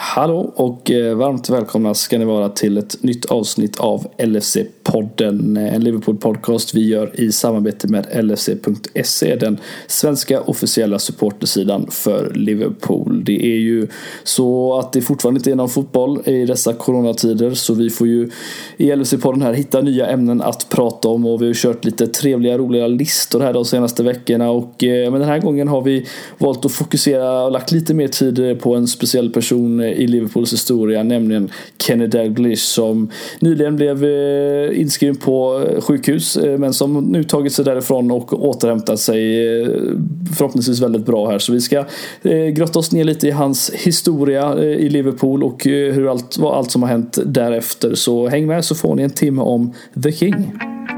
Hallå och varmt välkomna ska ni vara till ett nytt avsnitt av LFC-podden, en Liverpool-podcast vi gör i samarbete med LFC.se, den svenska officiella supportersidan för Liverpool. Det är ju så att det fortfarande inte är någon fotboll i dessa coronatider, så vi får ju i LFC-podden här hitta nya ämnen att prata om, och vi har kört lite trevliga, roliga listor här de senaste veckorna, men den här gången har vi valt att fokusera och lagt lite mer tid på en speciell person i Liverpools historia, nämligen Kenny Dalglish, som nyligen blev inskriven på sjukhus men som nu tagit sig därifrån och återhämtat sig förhoppningsvis väldigt bra här. Så vi ska grotta oss ner lite i hans historia i Liverpool och vad allt som har hänt därefter. Så häng med så får ni en timme om The King.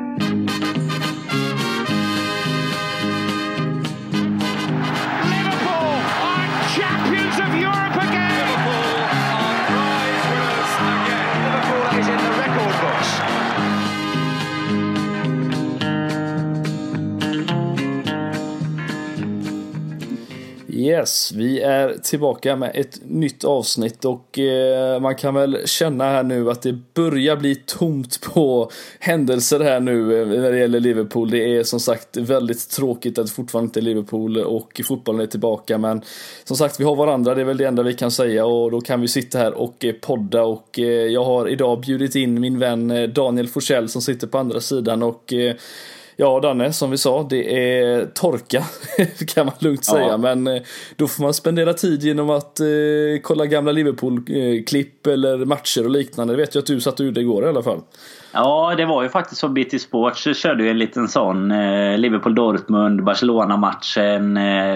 Yes, vi är tillbaka med ett nytt avsnitt och man kan väl känna här nu att det börjar bli tomt på händelser här nu när det gäller Liverpool. Det är som sagt väldigt tråkigt att fortfarande inte Liverpool och fotbollen är tillbaka, men som sagt vi har varandra, det är väl det enda vi kan säga, och då kan vi sitta här och podda, och jag har idag bjudit in min vän Daniel Forsell som sitter på andra sidan, och ja, Danne, som vi sa, det är torka kan man lugnt säga, men då får man spendera tid genom att kolla gamla Liverpool-klipp eller matcher och liknande. Det vet jag att du satt ur det igår i alla fall. Ja, det var ju faktiskt så. BT Sports körde ju en liten sån Liverpool-Dortmund, Barcelona-matchen,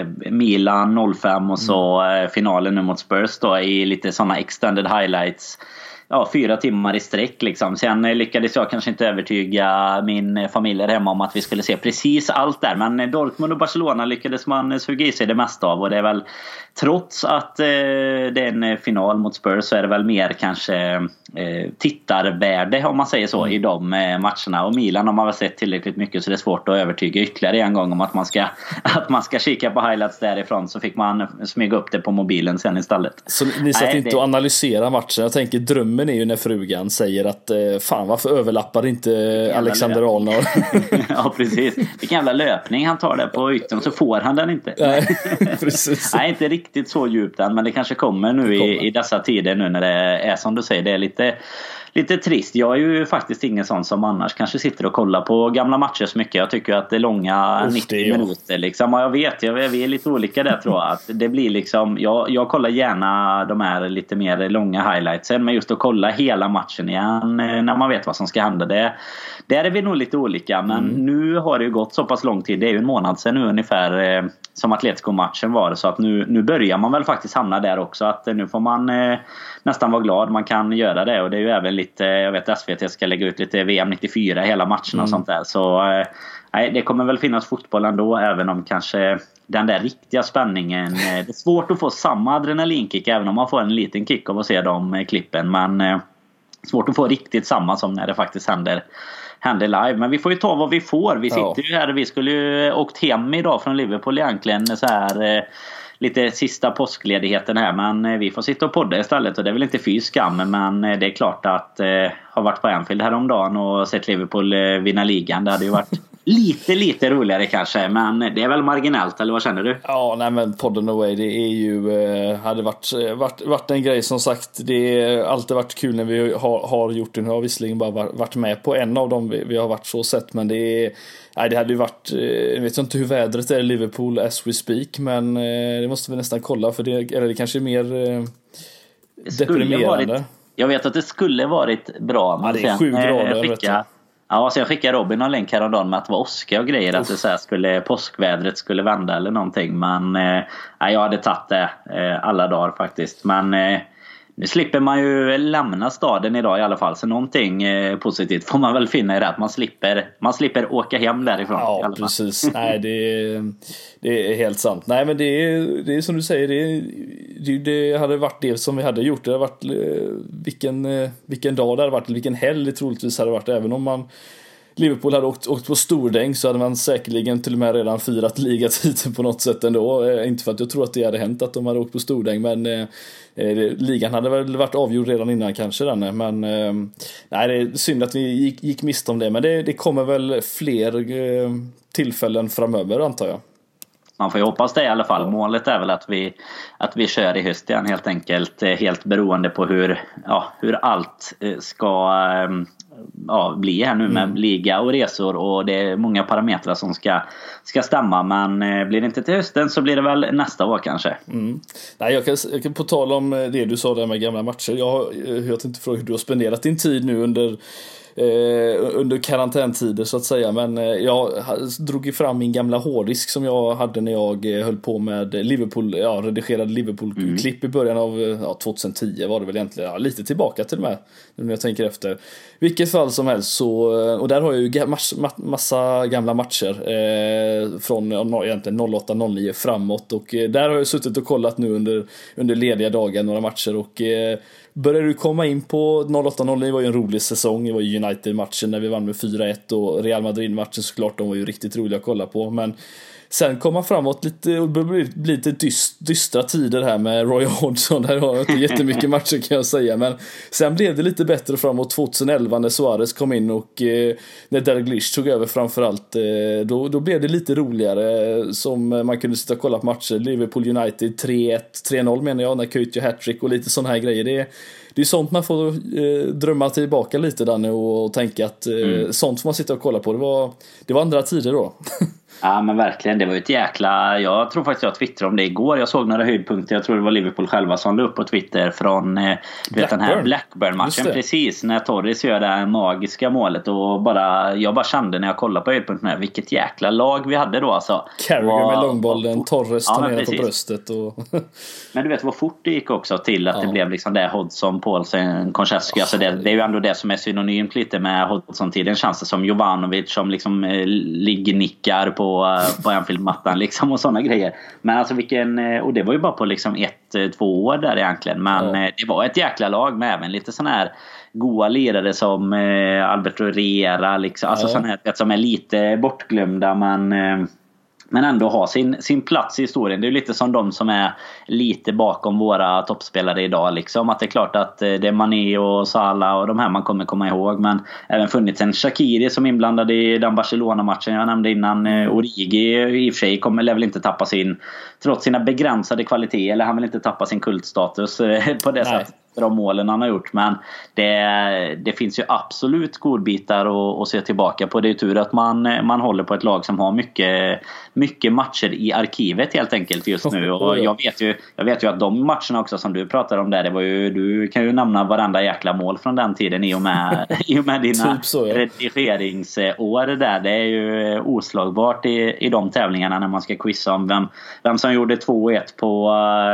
Milan 05 och så finalen nu mot Spurs då, i lite såna extended highlights. Ja, 4 timmar i sträck liksom. Sen lyckades jag kanske inte övertyga min familj hemma om att vi skulle se precis allt där. Men Dortmund och Barcelona lyckades man suga i sig det mesta av. Och det är väl, trots att det är en final mot Spurs, så är det väl mer kanske tittarvärde, om man säger så, i de matcherna. Och Milan har man väl sett tillräckligt mycket, så det är svårt att övertyga ytterligare en gång om att man ska kika på highlights därifrån. Så fick man smyga upp det på mobilen sen istället. Så ni satt inte och analysera matchen? Jag tänker, drömmen är ju när frugan säger att fan, varför överlappar inte Alexander Arnold? Ja, precis. Vilken jävla löpning han tar där på ytan, så får han den inte. Nej, precis. Nej, inte riktigt så djupt än, men det kanske kommer nu i dessa tider, nu när det är som du säger, det är lite trist. Jag är ju faktiskt ingen sån som annars kanske sitter och kollar på gamla matcher så mycket. Jag tycker att det är långa 90 minuter liksom. Och jag vet, vi är lite olika där, tror jag. Att det blir liksom, jag kollar gärna de här lite mer långa highlightsen, men just att kolla hela matchen igen när man vet vad som ska hända, där är vi nog lite olika. Men nu har det ju gått så pass lång tid. Det är ju en månad sedan nu ungefär som Atletico-matchen var. Så att nu börjar man väl faktiskt hamna där också. Att nu får man nästan vara glad man kan göra det. Och det är ju även lite, jag vet att SVT ska lägga ut lite VM 94 hela matchen och sånt där. Så nej, det kommer väl finnas fotboll ändå, även om kanske den där riktiga spänningen, det är svårt att få samma adrenalinkick även om man får en liten kick av att se de klippen. Men svårt att få riktigt samma som när det faktiskt händer live. Men vi får ju ta vad vi får. Vi sitter ju här, vi skulle ju åkt hem idag från Liverpool egentligen, så här lite sista påskledigheten här, men vi får sitta och podda istället, och det är väl inte fy skam, men det är klart att har varit på Anfield häromdagen och sett Liverpool vinna ligan, det hade ju varit lite roligare kanske, men det är väl marginellt, eller vad känner du? Ja, nej, men podden away, det är ju hade varit en grej, som sagt. Det har alltid varit kul när vi har gjort det. Nu har visserligen bara varit med på en av dem vi har varit så sett, men det hade ju varit, jag vet inte hur vädret är i Liverpool as we speak, men det måste vi nästan kolla, för det kanske är mer deprimerande. Jag vet att det skulle varit bra, men det är 7 grader. Ja, så jag skickade Robin en länk häromdagen med att det var åska och grejer. Att det så här påskvädret skulle vända eller någonting. Men jag hade tagit det alla dagar faktiskt. Men nu slipper man ju lämna staden idag i alla fall. Så någonting positivt får man väl finna i det. Att man slipper åka hem därifrån. Ja, i alla fall. Precis. Nej, det är helt sant. Nej, men det är som du säger. Det hade varit det som vi hade gjort. Det hade varit vilken dag det hade varit. Vilken helg troligtvis hade varit. Även om man Liverpool hade åkt på stordäng så hade man säkerligen till och med redan firat ligatiteln på något sätt ändå. Inte för att jag tror att det hade hänt att de hade åkt på stordäng, men ligan hade väl varit avgjord redan innan kanske den. Men nej, det är synd att vi gick miste om det, men det kommer väl fler tillfällen framöver, antar jag. Man får ju hoppas det i alla fall. Målet är väl att vi kör i höst igen, helt enkelt. Helt beroende på hur allt ska bli här nu med liga och resor. Och det är många parametrar som ska stämma. Men blir det inte till hösten så blir det väl nästa år kanske. Nej, jag kan på tal om det du sa där med gamla matcher. Jag inte fråga hur du har spenderat din tid nu under karantäntider så att säga, men jag drog fram min gamla hårddisk som jag hade när jag höll på med Liverpool, redigerade Liverpool-klipp i början av 2010 var det väl egentligen, lite tillbaka till det här nu när jag tänker efter. Vilket fall som helst så, och där har jag ju massa gamla matcher från egentligen 08-09 framåt, och där har jag suttit och kollat nu under lediga dagar några matcher, och börjar du komma in på 08-09 var ju en rolig säsong. Det var ju United-matchen när vi vann med 4-1 och Real Madrid-matchen såklart, de var ju riktigt roliga att kolla på. Men sen kom man framåt lite och bli lite dystra tider här med Roy Hodgson. Där har jag inte jättemycket matcher kan jag säga. Men sen blev det lite bättre framåt 2011 när Suarez kom in och när Dalglish tog över framförallt. Då blev det lite roligare som man kunde sitta och kolla på matcher. Liverpool United 3-1, 3-0 menar jag, när Coutinho hattrick och lite sån här grejer. Det är sånt man får drömma tillbaka lite där nu och tänka att sånt får man sitta och kolla på. Det var andra tider då. Ja, men verkligen, det var ju ett jäkla... Jag tror faktiskt jag twittrade om det igår. Jag såg några höjdpunkter, jag tror det var Liverpool själva som la upp på Twitter från den här Blackburn-matchen. Precis, när Torres gör det här magiska målet. Och jag bara kände när jag kollade på höjdpunkterna, vilket jäkla lag vi hade då alltså. Carragher med långbollen, Torres tar ner på bröstet och... Men du vet vad fort det gick också till att det blev liksom det Hodgson, Paulsen, Konchesky. Alltså det är ju ändå det som är synonymt lite med Hodgson-tiden, känns det som. Jovanovic som liksom ligger på Anfield-mattan liksom och sådana grejer. Men alltså och det var ju bara på liksom 1-2 år där egentligen. Men det var ett jäkla lag med även lite sån här goa lirare som Alberto Herrera liksom. Alltså sån här som är lite bortglömda men ändå ha sin plats i historien. Det är lite som de som är lite bakom våra toppspelare idag liksom. Att det är klart att det är Mané och Salah och de här man kommer komma ihåg. Men även funnits en Shaqiri som inblandad i den Barcelona-matchen jag nämnde innan. Origi i och för sig lär väl inte tappa trots sina begränsade kvaliteter, eller han vill inte tappa sin kultstatus på det sättet. De målen han har gjort, men det finns ju absolut godbitar att se tillbaka på. Det är tur att man håller på ett lag som har mycket matcher i arkivet helt enkelt just nu. Och jag vet ju att de matcherna också som du pratar om där, det var ju, du kan ju nämna varenda jäkla mål från den tiden i och med dina typ så, redigeringsår där. Det är ju oslagbart i de tävlingarna när man ska quizza om vem som gjorde 2-1 på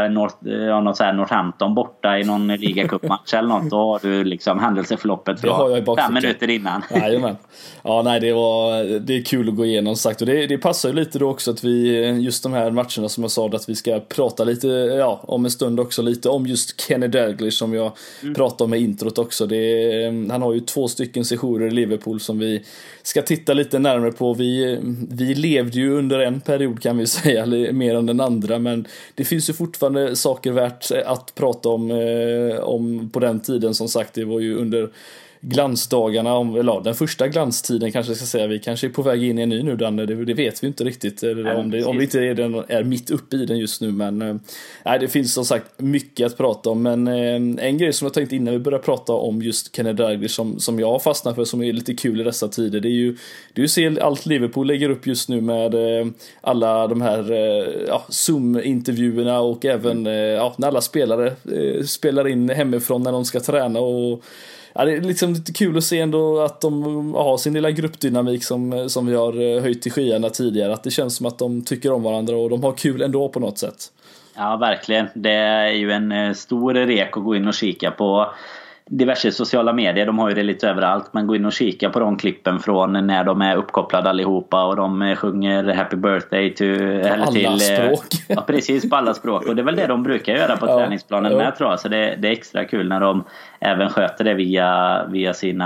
Northampton borta i någon ligacupmatch eller något. Då har du liksom händelseförloppet från 5 minuter innan. Jajamän. Ja, nej, det är kul att gå igenom sagt. Och det passar ju lite då också att vi, just de här matcherna som jag sa, att vi ska prata lite, om en stund också lite om just Kenny Dalglish som jag pratade om i introt också. Han har ju 2 stycken sessioner i Liverpool som vi ska titta lite närmare på. Vi levde ju under en period kan vi säga, mer än den andra, men det finns ju fortfarande saker värt att prata om på den tiden. Som sagt, det var ju under glansdagarna, eller den första glanstiden kanske jag ska säga. Vi kanske är på väg in i en ny nu, Danne, det vet vi inte riktigt, eller om det inte är mitt uppe i den just nu, men det finns som sagt mycket att prata om. Men en grej som jag tänkte innan vi börjar prata om just Kenny Dalglish som jag har fastnat för, som är lite kul i dessa tider, det är ju se allt Liverpool lägger upp just nu med alla de här Zoom-intervjuerna och även när alla spelare spelar in hemifrån när de ska träna. Och det är liksom lite kul att se ändå att de har sin lilla gruppdynamik som vi har höjt till skyarna tidigare. Att det känns som att de tycker om varandra och de har kul ändå på något sätt. Ja, verkligen. Det är ju en stor rek att gå in och kika på diverse sociala medier. De har ju det lite överallt, men gå in och kika på de klippen från när de är uppkopplade allihopa och de sjunger Happy Birthday alla språk. Ja, precis, på alla språk. Och det är väl det de brukar göra på träningsplanen med, tror jag. Så det är extra kul när de även sköter det via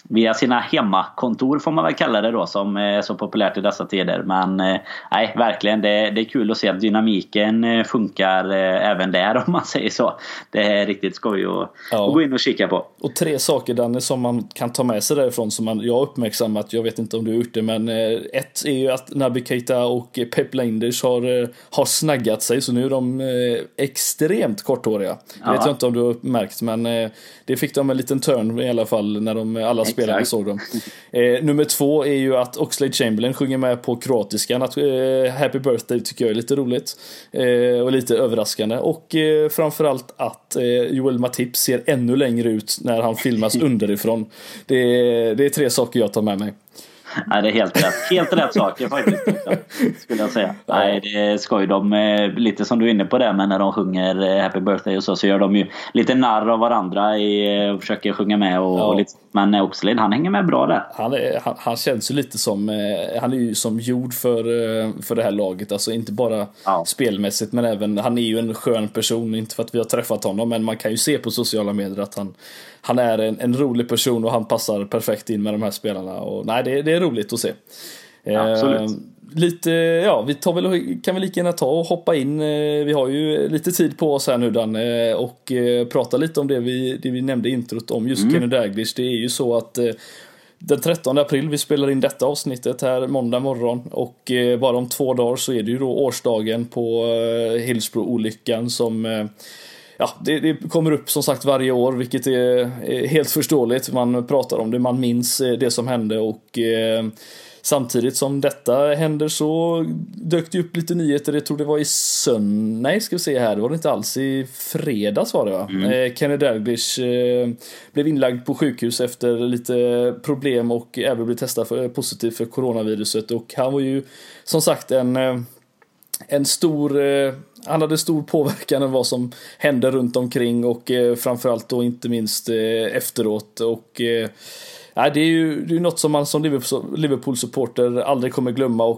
via sina hemmakontor får man väl kalla det då, som är så populärt i dessa tider. Men nej, verkligen det är kul att se att dynamiken funkar även där, om man säger så. Det är riktigt skoj att gå in och kika på. Och 3 saker, Danne, som man kan ta med sig därifrån som jag har uppmärksammat, jag vet inte om du har gjort det, men ett är ju att Naby Keita och Pep Linders har snaggat sig, så nu är de extremt korthåriga. Jag vet inte om du har märkt, men det fick de en liten turn i alla fall när alla spelare såg dem. Nummer 2 är ju att Oxlade-Chamberlain sjunger med på kroatiskan. Happy birthday tycker jag är lite roligt och lite överraskande. Och framförallt att Joel Matip ser ännu längre ut när han filmas underifrån. Det är 3 saker jag tar med mig. Nej, det är helt rätt saker faktiskt, skulle jag säga. Nej, det ska ju de lite som du är inne på det, men när de sjunger Happy birthday och så gör de ju lite narr av varandra och försöker sjunga med och lite. Men Oxlade, han hänger med bra där. Han känns ju lite som han är ju som gjord för det här laget, alltså inte bara spelmässigt, men även han är ju en skön person, inte för att vi har träffat honom, men man kan ju se på sociala medier att han är en rolig person och han passar perfekt in med de här spelarna, och nej, det är roligt att se. Absolut. Vi kan väl lika gärna ta och hoppa in. Vi har ju lite tid på oss här nu, Dan, och prata lite om det vi nämnde i introt om just Kenny Dalglish. Det är ju så att den 13 april, vi spelar in detta avsnittet här måndag morgon, och bara om 2 dagar så är det ju då årsdagen på Hillsborough-olyckan som det kommer upp som sagt varje år, vilket är helt förståeligt. Man pratar om det, man minns det som hände, och samtidigt som detta händer så dök det upp lite nyheter. Det tror det var i det var det inte alls, i fredags var det, va? Kenny Dalglish blev inlagd på sjukhus efter lite problem och även blev testad positiv för coronaviruset, och han var ju som sagt en stor han hade stor påverkan av vad som hände runt omkring, och framförallt då inte minst efteråt, och det är ju något som man som Liverpool-supporter aldrig kommer glömma. Och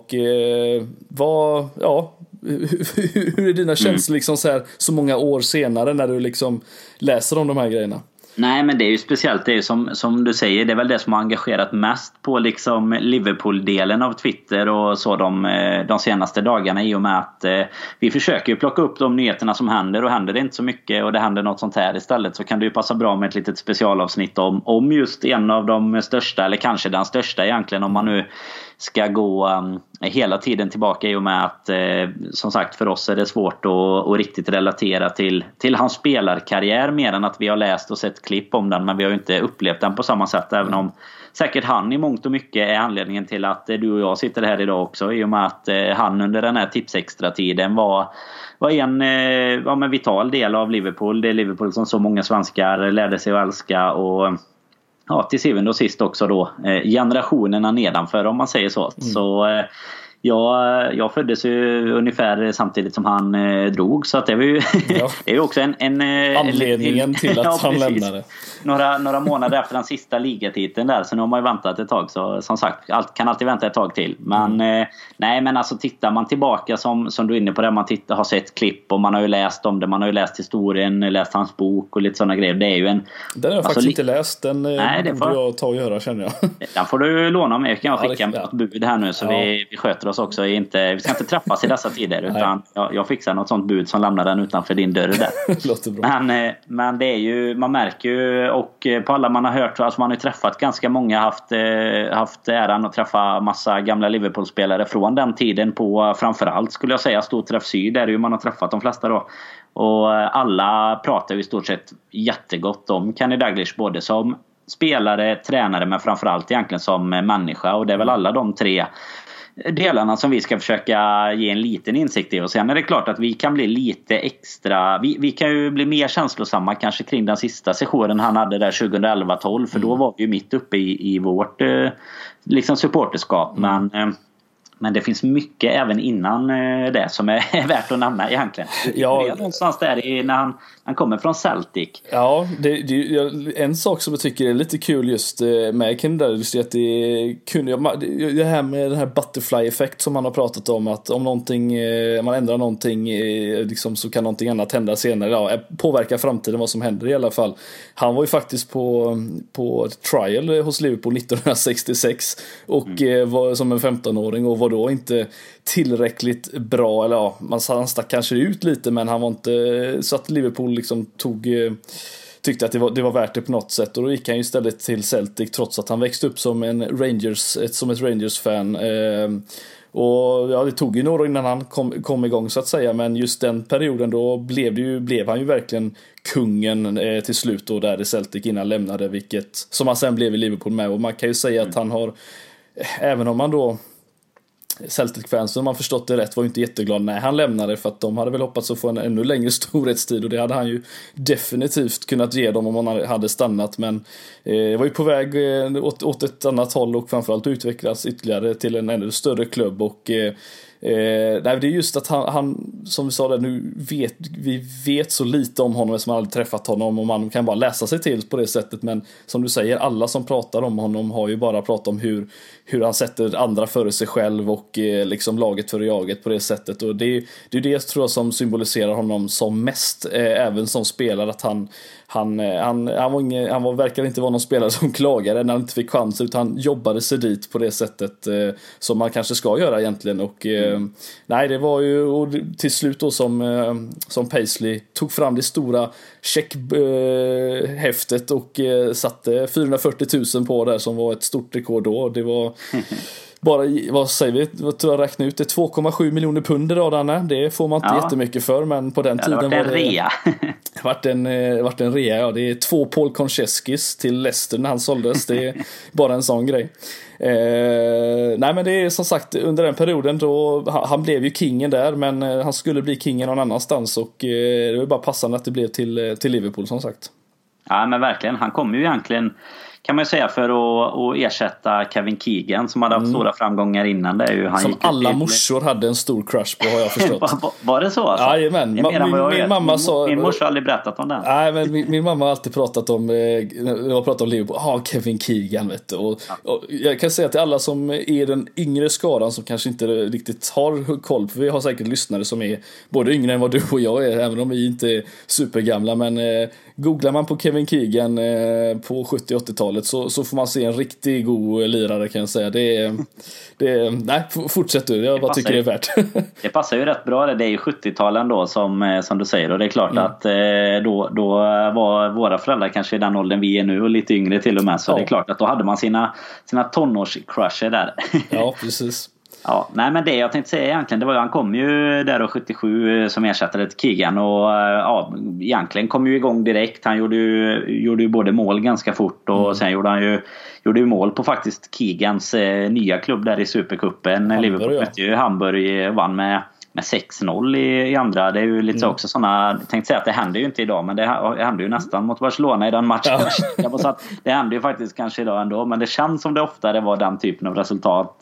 hur är dina känslor liksom så många år senare när du liksom läser om de här grejerna? Nej, men det är ju speciellt, det är ju som du säger, det är väl det som har engagerat mest på liksom Liverpool-delen av Twitter och så de senaste dagarna, i och med att vi försöker ju plocka upp de nyheterna som händer, och händer det inte så mycket och det händer något sånt här istället, så kan det ju passa bra med ett litet specialavsnitt om just en av de största, eller kanske den största egentligen, om man nu ska gå hela tiden tillbaka, i och med att som sagt, för oss är det svårt att riktigt relatera till hans spelarkarriär, mer än att vi har läst och sett klipp om den, men vi har ju inte upplevt den på samma sätt, även om säkert han i mångt och mycket är anledningen till att du och jag sitter här idag också, i och med att han under den här tipsextra-tiden var en vital del av Liverpool. Det är Liverpool som så många svenskar lärde sig att älska, och till syvende och sist också då generationerna nedanför, om man säger så. Så jag föddes ju ungefär samtidigt som han drog, så att det var ju det är ju också en anledningen till att han lämnade. Några månader efter den sista ligatiteln där, så nu har man ju väntat ett tag, så som sagt, kan alltid vänta ett tag till. Men nej, men alltså tittar man tillbaka som du är inne på det, man har sett klipp och man har ju läst om det, man har ju läst historien, läst hans bok och lite sådana grejer. Det är ju den har jag faktiskt inte läst, den borde jag ta och göra, känner jag. Den får du låna med, kan jag skicka ett bud här nu, så vi sköter oss också. Vi ska inte träffas i dessa tider, utan jag fixar något sånt bud som lämnar den utanför din dörr där. Låter bra. Men det är ju, man märker ju, och på alla man har hört, alltså man har ju träffat ganska många, haft äran att träffa massa gamla Liverpool-spelare från den tiden, på framförallt skulle jag säga Storträff Syd, där är ju man har träffat de flesta då. Och alla pratar ju i stort sett jättegott om Kenny Dalglish, både som spelare, tränare, men framförallt egentligen som människa, och det är väl alla de 3 delarna som vi ska försöka ge en liten insikt i. Och sen är det klart att vi kan bli lite extra, vi kan ju bli mer känslosamma kanske kring den sista sessionen han hade där 2011-12, för då var vi ju mitt uppe i vårt liksom supporterskap. Men Men det finns mycket även innan det som är värt att nämna egentligen. Ja, det är någonstans där när han kommer från Celtic. Ja, en sak som jag tycker är lite kul just med Kenny Dalglish är att det här med den här butterfly-effekt som han har pratat om, att om man ändrar någonting liksom, så kan någonting annat hända senare. Ja, påverka framtiden, vad som händer i alla fall. Han var ju faktiskt på trial hos Liverpool 1966 och var som en 15-åring och var då inte tillräckligt bra, eller ja, han stack kanske ut lite, men han var inte så att Liverpool liksom tyckte att det var värt det på något sätt, och då gick han ju istället till Celtic trots att han växte upp som ett Rangers-fan. Och ja, det tog ju några innan han kom igång så att säga, men just den perioden då blev han ju verkligen kungen till slut då där i Celtic innan han lämnade, vilket som han sen blev i Liverpool med. Och man kan ju säga att han har, även om man då Celtic-fans, om man förstått det rätt, var ju inte jätteglad när han lämnade, för att de hade väl hoppats att få en ännu längre storhetstid, och det hade han ju definitivt kunnat ge dem om han hade stannat, men var ju på väg åt ett annat håll och framförallt utvecklas ytterligare till en ännu större klubb. Och nej, det är just att han som vi sa där, vi vet så lite om honom som aldrig träffat honom, och man kan bara läsa sig till på det sättet, men som du säger, alla som pratar om honom har ju bara pratat om hur han sätter andra före sig själv och liksom laget före jaget på det sättet, och det är det tror jag som symboliserar honom som mest, även som spelare, att han verkar inte vara någon spelare som klagade när han inte fick chans, utan han jobbade sig dit på det sättet som man kanske ska göra egentligen. Och nej, det var ju till slut då som Paisley tog fram det stora checkhäftet och satte 440 000 på där, som var ett stort rekord då. Det var bara, vad säger vi? Vad tror jag räknar ut? Det är 2,7 miljoner pund idag, Danne. Det får man inte jättemycket för, men på den tiden var det rea. vart en rea, ja. Det är 2 Paul Koncheskis till Leicester när han såldes. Det är bara en sån grej. Nej, men det är som sagt under den perioden då han blev ju kingen där, men han skulle bli kingen någon annanstans, och det var bara passande att det blev till Liverpool som sagt. Ja, men verkligen. Han kom ju egentligen, kan man ju säga, för att ersätta Kevin Keegan som hade haft stora framgångar innan. Det är ju, han som alla morsor hade en stor crush på, har jag förstått. Var det så? Alltså? Jajamän. Min mamma sa... Min morsa har aldrig berättat om den. Nej, men min mamma har alltid pratat om Liverpool. Kevin Keegan, vet du. Och jag kan säga till alla som är den yngre skaran som kanske inte riktigt har koll, för vi har säkert lyssnare som är både yngre än vad du och jag är, även om vi inte är supergamla, men googlar man på Kevin Keegan på 70-80-talet så får man se en riktigt god lirare, kan jag säga. Nej, fortsätt du. Jag bara tycker det är värt. Det passar ju rätt bra. Det är ju 70-talen då som du säger, och det är klart att då var våra föräldrar kanske i den åldern vi är nu och lite yngre till och med, så det är klart att då hade man sina tonårscrusher där. Ja, precis. Ja, nej, men det jag tänkte säga egentligen, det var ju, han kom ju där då 77 som ersättare till Keegan, och ja, egentligen kom ju igång direkt. Han gjorde ju både mål ganska fort, och sen gjorde ju mål på faktiskt Keegans nya klubb där i Supercupen. Liverpool mötte ju Hamburg, vann med 6-0 i andra. Det är ju lite också sådana, jag tänkte säga att det händer ju inte idag, men det händer ju nästan mot Barcelona i den matchen. Ja. Så att det händer ju faktiskt kanske idag ändå, men det känns som det oftare var den typen av resultat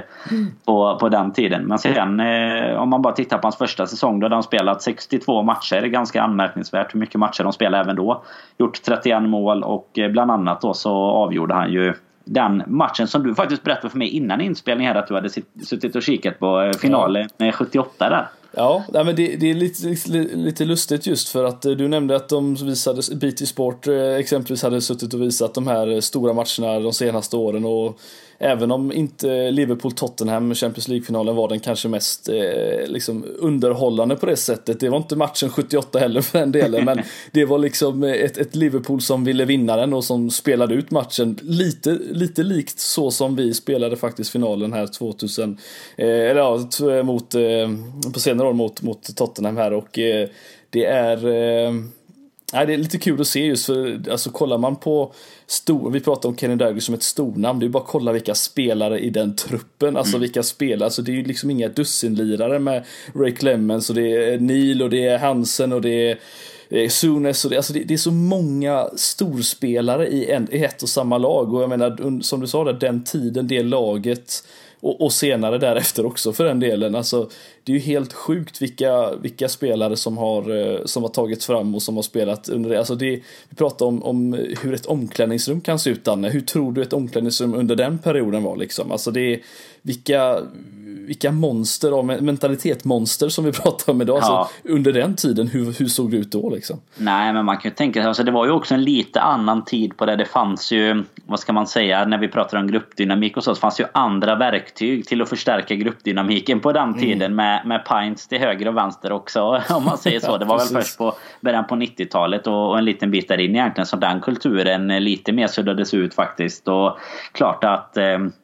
på den tiden. Men sen om man bara tittar på hans första säsong då, de spelat 62 matcher, det är ganska anmärkningsvärt hur mycket matcher de spelade även då. Gjort 31 mål, och bland annat då så avgjorde han ju den matchen som du faktiskt berättade för mig innan inspelning här, att du hade suttit och kikat på finalen med 78 där. Ja, men det är lite lustigt just för att du nämnde att de visade, BT Sport exempelvis hade suttit och visat de här stora matcherna de senaste åren, och även om inte Liverpool-Tottenham Champions League-finalen var den kanske mest liksom underhållande på det sättet. Det var inte matchen 78 heller för den delen, men det var liksom ett Liverpool som ville vinna den och som spelade ut matchen lite likt så som vi spelade faktiskt finalen här 2000 på senare år mot Tottenham här, och det är lite kul att se just för, alltså kollar man på vi pratar om Kenny Dalglish som ett stornamn, det är bara att kolla vilka spelare i den truppen, alltså vilka spelare, alltså det är ju liksom inga dussinlirare med Ray Clemens, och det är Neil, och det är Hansen, och det är Sunes, och det är så många storspelare i ett och samma lag, och jag menar, som du sa där, den tiden, det laget och senare därefter också för den delen. Alltså, det är ju helt sjukt vilka spelare som har tagits fram och som har spelat under det. Alltså vi pratar om hur ett omklädningsrum kan se ut, Danne. Hur tror du ett omklädningsrum under den perioden var liksom? Alltså det är vilka monster av mentalitetsmonster som vi pratar om idag. Alltså, under den tiden, hur såg det ut då liksom? Nej, men man kan ju tänka sig, alltså det var ju också en lite annan tid på det. Det fanns ju, vad ska man säga, när vi pratar om gruppdynamik och så fanns ju andra verktyg till att förstärka gruppdynamiken på den tiden med pints till höger och vänster också, om man säger så. Det var väl först på början på 90-talet och en liten bit där in egentligen som den kulturen lite mer suddades ut faktiskt. Och klart att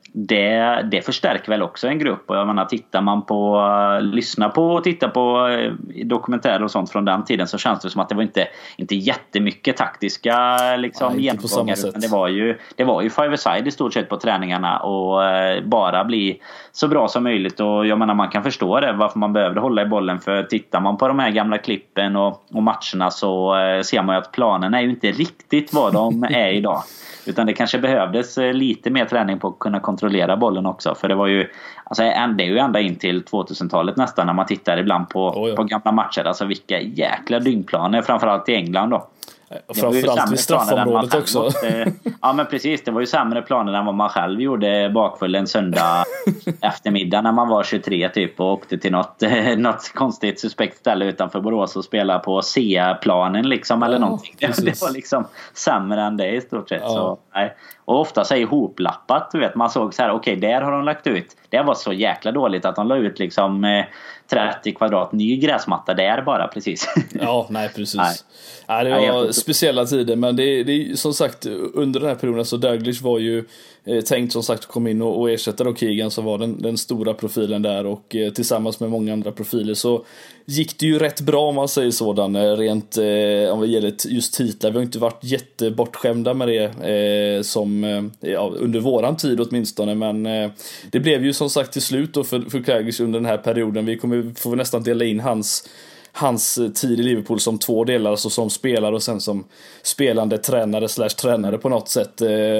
det förstärker väl också en grupp. Och jag menar, tittar man på, lyssnar på och tittar på dokumentärer och sånt från den tiden, så känns det som att det var inte jättemycket taktiska liksom genomgångar, utan det var ju five-a-side i stort sett på träningarna och bara bli så bra som möjligt. Och jag menar, man kan förstå det, varför man behövde hålla i bollen, för tittar man på de här gamla klippen och matcherna, så ser man ju att planen är ju inte riktigt vad de är idag. Utan det kanske behövdes lite mer träning på att kunna kontrollera bollen också. För det var ju, alltså det är ju ända in till 2000-talet nästan, när man tittar ibland på gamla matcher. Alltså vilka jäkla dyngplaner, framförallt i England då. Framförallt i straffområdet också. Ja, men precis, det var ju sämre planer än vad man själv gjorde bakfull en söndag eftermiddag när man var 23 typ och åkte till något konstigt suspekt ställe utanför Borås och spela på C-planen liksom, eller någonting. Det var liksom sämre än det i stort sett. Så, nej. Och ofta så är ihoplappat, du vet, man såg så här, okej, där har de lagt ut. Det var så jäkla dåligt att de la ut liksom 30 kvadrat ny gräsmatta där bara, precis. Ja, nej, precis. Nej, det var speciella tider, men det är som sagt under den här perioden så Dalglish var ju tänkt som sagt att komma in och ersätta då Keegan, som var den stora profilen där, och tillsammans med många andra profiler så gick det ju rätt bra, om man säger sådan, rent om det gäller just titlar. Vi har inte varit jättebortskämda med det under våran tid åtminstone, men det blev ju som sagt till slut då för Dalglish under den här perioden. Vi får nästan dela in hans tid i Liverpool som två delar, alltså som spelare och sen som spelande tränare på något sätt.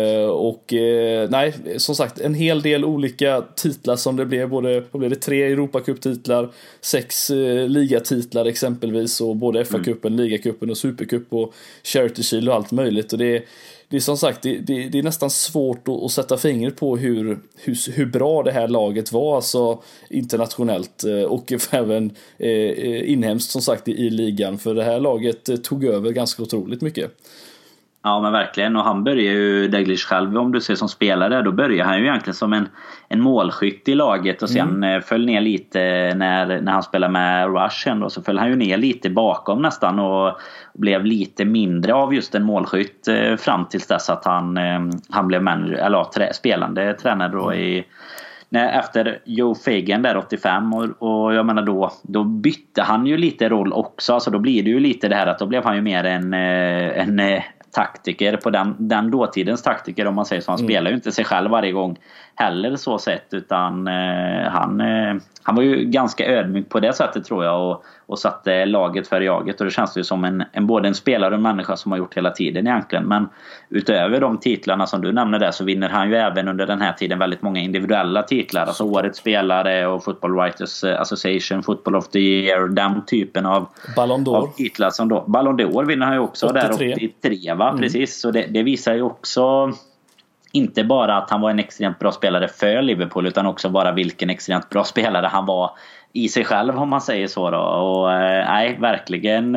Nej, som sagt, en hel del olika titlar som det blev. Vad blev det? 3 Europacup-titlar, 6 ligatitlar exempelvis, och både FA-cupen, ligacupen och supercup och Charity Shield och allt möjligt. Och det är som sagt, det är nästan svårt att sätta fingret på hur bra det här laget var, alltså internationellt och även inhemskt som sagt i ligan, för det här laget tog över ganska otroligt mycket. Ja, men verkligen. Och han börjar ju, Dalglish själv, om du ser som spelare, då börjar han ju egentligen som en målskytt i laget och sen föll ner lite när han spelade med Rush ändå, så föll han ju ner lite bakom nästan och blev lite mindre av just en målskytt fram tills dess att han blev manager, eller spelande tränare då efter Joe Fagan där 85, och jag menar då bytte han ju lite roll också, alltså då blir det ju lite det här att då blev han ju mer en taktiker på den dåtidens taktiker, om man säger så. Han spelar ju inte sig själv varje gång heller så sett, utan han var ju ganska ödmjuk på det sättet, tror jag, och satte laget för jaget, och det känns ju som både en spelare och en människa som har gjort hela tiden egentligen. Men utöver de titlarna som du nämnde där, så vinner han ju även under den här tiden väldigt många individuella titlar, alltså årets spelare och Football Writers Association, Football of the Year, den typen av titlar som då Ballon d'Or vinner han ju också 83. Där 83, va? Precis, så det visar ju också inte bara att han var en extremt bra spelare för Liverpool, utan också bara vilken extremt bra spelare han var i sig själv, om man säger så då. Och nej, verkligen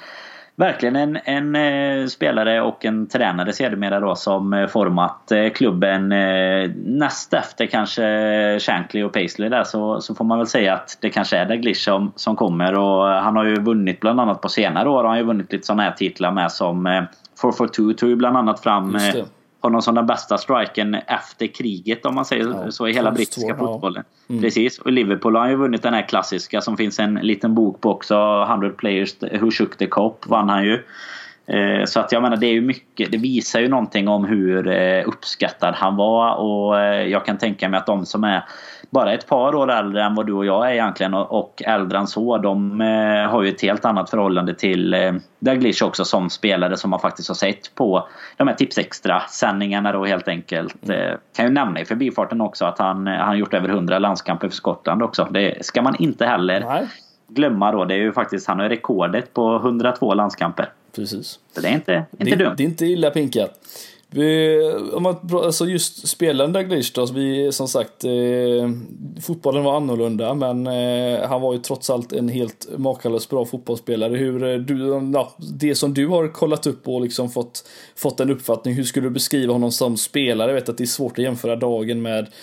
en spelare och en tränare sedermera då, som format klubben näst efter kanske Shankly och Paisley där, så får man väl säga att det kanske är Dalglish som kommer. Och han har ju vunnit bland annat på senare år, han har ju vunnit lite sådana här titlar med, som 442 tog ju bland annat fram honom som den bästa striken efter kriget, om man säger så, i hela brittiska fotbollen. Precis, och Liverpool har ju vunnit den här klassiska som finns en liten bok på också, 100 Players Who Shook the Cup, vann han ju. Så att jag menar, det är ju mycket, det visar ju någonting om hur uppskattad han var, och jag kan tänka mig att de som är bara ett par år äldre än vad du och jag är egentligen, och äldre än så. De har ju ett helt annat förhållande till Dalglish också som spelare, som man faktiskt har sett på de här Tips Extra-sändningarna då helt enkelt. Kan ju nämna i förbifarten också att han gjort över 100 landskamper för Skottland också. Det ska man inte heller glömma då. Det är ju faktiskt, han har rekordet på 102 landskamper. Precis. Så det är inte dumt. Det är inte illa pinkat. Om man alltså just spelaren Dalglish då, vi som sagt fotbollen var annorlunda, men han var ju trots allt en helt makalöst bra fotbollsspelare. Det som du har kollat upp och liksom fått en uppfattning, hur skulle du beskriva honom som spelare? Jag vet att det är svårt att jämföra dagen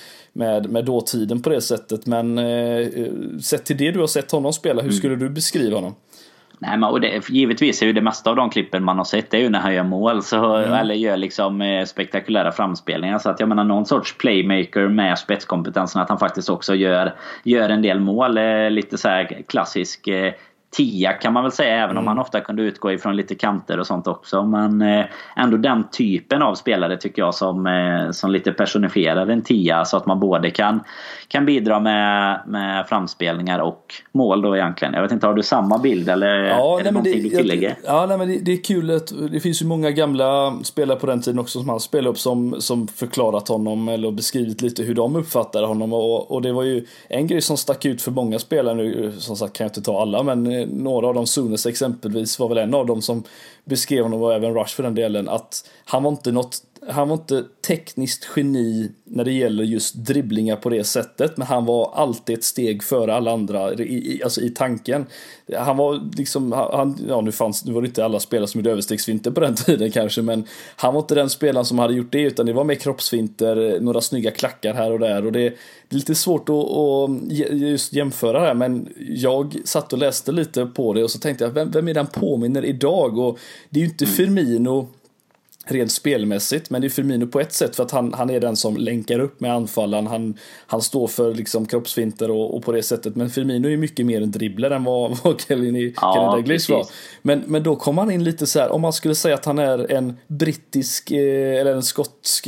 med dåtiden på det sättet, men sett till det du har sett honom spela, hur skulle du beskriva honom? Nej, men och givetvis är ju det mesta av de klippen man har sett, det är ju när han gör mål eller gör liksom spektakulära framspelningar. Så att jag menar, någon sorts playmaker med spetskompetensen, att han faktiskt också gör en del mål. Lite så här klassisk 10 kan man väl säga, även om han ofta kunde utgå ifrån lite kanter och sånt också. Men ändå den typen av spelare tycker jag som lite personifierar en 10, så att man både kan bidra med framspelningar och mål då egentligen. Jag vet inte, har du samma bild eller är det någonting du tillägger? Det är kul att det finns ju många gamla spelare på den tiden också som han spelade upp som förklarat honom eller beskrivit lite hur de uppfattar honom, och det var ju en grej som stack ut för många spelare. Nu som sagt kan jag inte ta alla, men några av dem, Sunes exempelvis var väl en av dem som beskrev honom, och även Rush för den delen, att han var inte tekniskt geni när det gäller just dribblingar på det sättet, men han var alltid ett steg före alla andra alltså i tanken. Han var liksom nu var det inte alla spelare som gjorde överstegsfinter på den tiden kanske, men han var inte den spelaren som hade gjort det, utan det var mer kroppsfinter, några snygga klackar här och där, och det är lite svårt att just jämföra det här, men jag satt och läste lite på det och så tänkte jag, vem är den påminner idag? Och det är ju inte Firmino rent spelmässigt, men det är Firmino på ett sätt för att han är den som länkar upp med anfallan, han står för liksom kroppsfinter och på det sättet, men Firmino är mycket mer en dribbler än vad Kenny Dalglish var. Men då kom han in lite så här, om man skulle säga att han är en brittisk eller en skotsk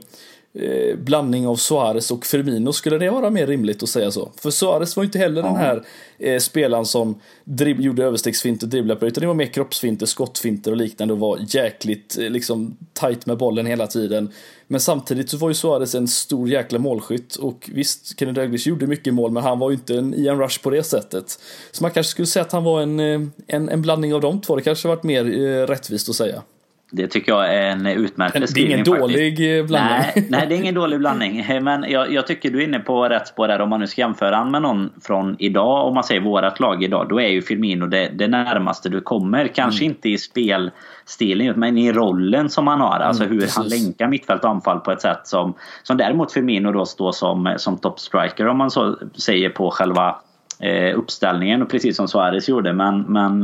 blandning av Suarez och Firmino, skulle det vara mer rimligt att säga så? För Suarez var ju inte heller den här spelaren som gjorde överstegsfinter, dribblade på, utan det var mer kroppsfinter, skottfinter och liknande, och var jäkligt liksom tight med bollen hela tiden. Men samtidigt så var ju Suarez en stor jäkla målskytt, och visst, Kenny Dalglish gjorde mycket mål, men han var ju inte en Ian Rush på det sättet. Så man kanske skulle säga att han var en blandning av de två. Det kanske varit mer rättvist att säga. Det tycker jag är en utmärkt beskrivning. Det är ingen dålig blandning. Nej, det är ingen dålig blandning. Men jag tycker du är inne på rätt spår där. Om man nu ska jämföra med någon från idag, om man säger vårat lag idag, då är ju Firmino det närmaste du kommer. Kanske inte i spelstilen, men i rollen som han har. Alltså hur han länkar mittfält och anfall på ett sätt som däremot Firmino då står som top striker, om man så säger, på själva uppställningen, och precis som Suarez gjorde. Men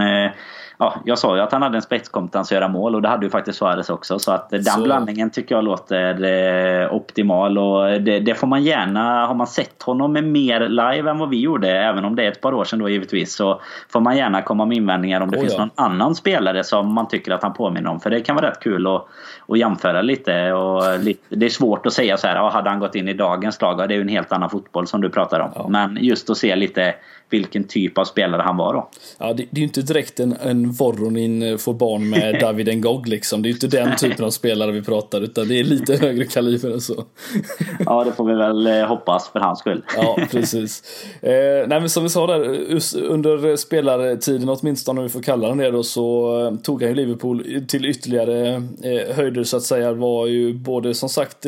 jag sa ju att han hade en spetskompetens att göra mål, och det hade ju faktiskt Suarez också, så att den blandningen tycker jag låter optimal, och det får man gärna. Har man sett honom med mer live än vad vi gjorde, även om det är ett par år sedan då givetvis, så får man gärna komma med invändningar om det finns någon annan spelare som man tycker att han påminner om, för det kan vara rätt kul att jämföra lite, och det är svårt att säga så här, hade han gått in i dagens lag, det är ju en helt annan fotboll som du pratar om, men just att se lite vilken typ av spelare han var då. Ja, det är ju inte direkt en Voronin får barn med David Ngog liksom. Det är ju inte den typen av spelare vi pratar, utan det är lite högre kaliber än så. Ja, det får vi väl hoppas för hans skull. Ja, precis. Nej, men som vi sa där, under spelartiden åtminstone, om vi får kalla den det då, så tog han ju Liverpool till ytterligare höjder så att säga. Var ju både som sagt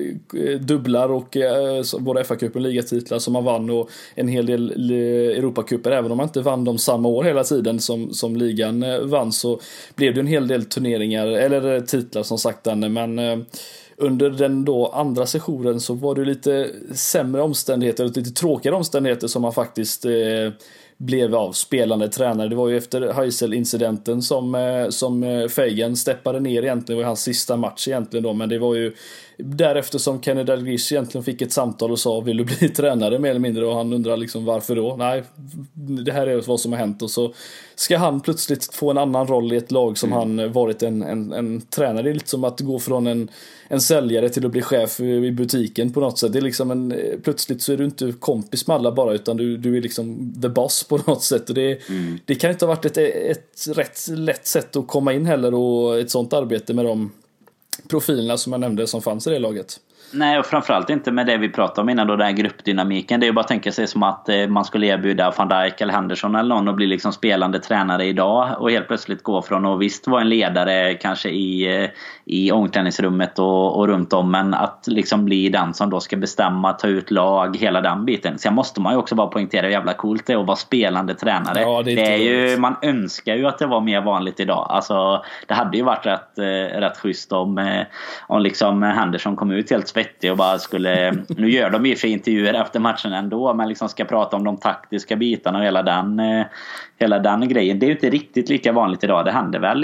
dubblar och både FA-cupen, ligatitlar som han vann, och en hel del Europacuper, även om man inte vann dem samma år hela tiden som ligan vann, så blev det en hel del turneringar eller titlar som sagt, men under den då andra sessionen så var det lite sämre omständigheter, lite tråkigare omständigheter som han faktiskt blev av spelande tränare. Det var ju efter Heysel-incidenten som Fagan steppade ner egentligen. Det var hans sista match egentligen då, men det var ju därefter som Kenny Dalglish egentligen fick ett samtal och sa, vill du bli tränare mer eller mindre, och han undrar liksom varför då? Nej, det här är vad som har hänt, och så ska han plötsligt få en annan roll i ett lag som han varit en tränare. Det är lite som att gå från en säljare till att bli chef i butiken på något sätt. Det är liksom plötsligt så är du inte kompis med alla bara, utan du är liksom the boss på något sätt, och det kan inte ha varit ett rätt lätt sätt att komma in heller, och ett sånt arbete med de profilerna som jag nämnde som fanns i det laget. Nej, och framförallt inte med det vi pratade om innan då, den här gruppdynamiken. Det är ju bara att tänka sig som att man skulle erbjuda Van Dijk eller Henderson eller någon och bli liksom spelande tränare idag, och helt plötsligt gå från att visst vara en ledare kanske i omklädningsrummet och runt om, men att liksom bli den som då ska bestämma, ta ut lag, hela den biten. Sen måste man ju också bara poängtera hur jävla coolt det är att vara spelande tränare. Ja, det är ju, man önskar ju att det var mer vanligt idag. Alltså, det hade ju varit rätt schysst om liksom Henderson kom ut helt svettig och bara skulle, nu gör de ju för intervjuer efter matchen ändå, men liksom ska prata om de taktiska bitarna och hela den grejen. Det är ju inte riktigt lika vanligt idag. Det hände väl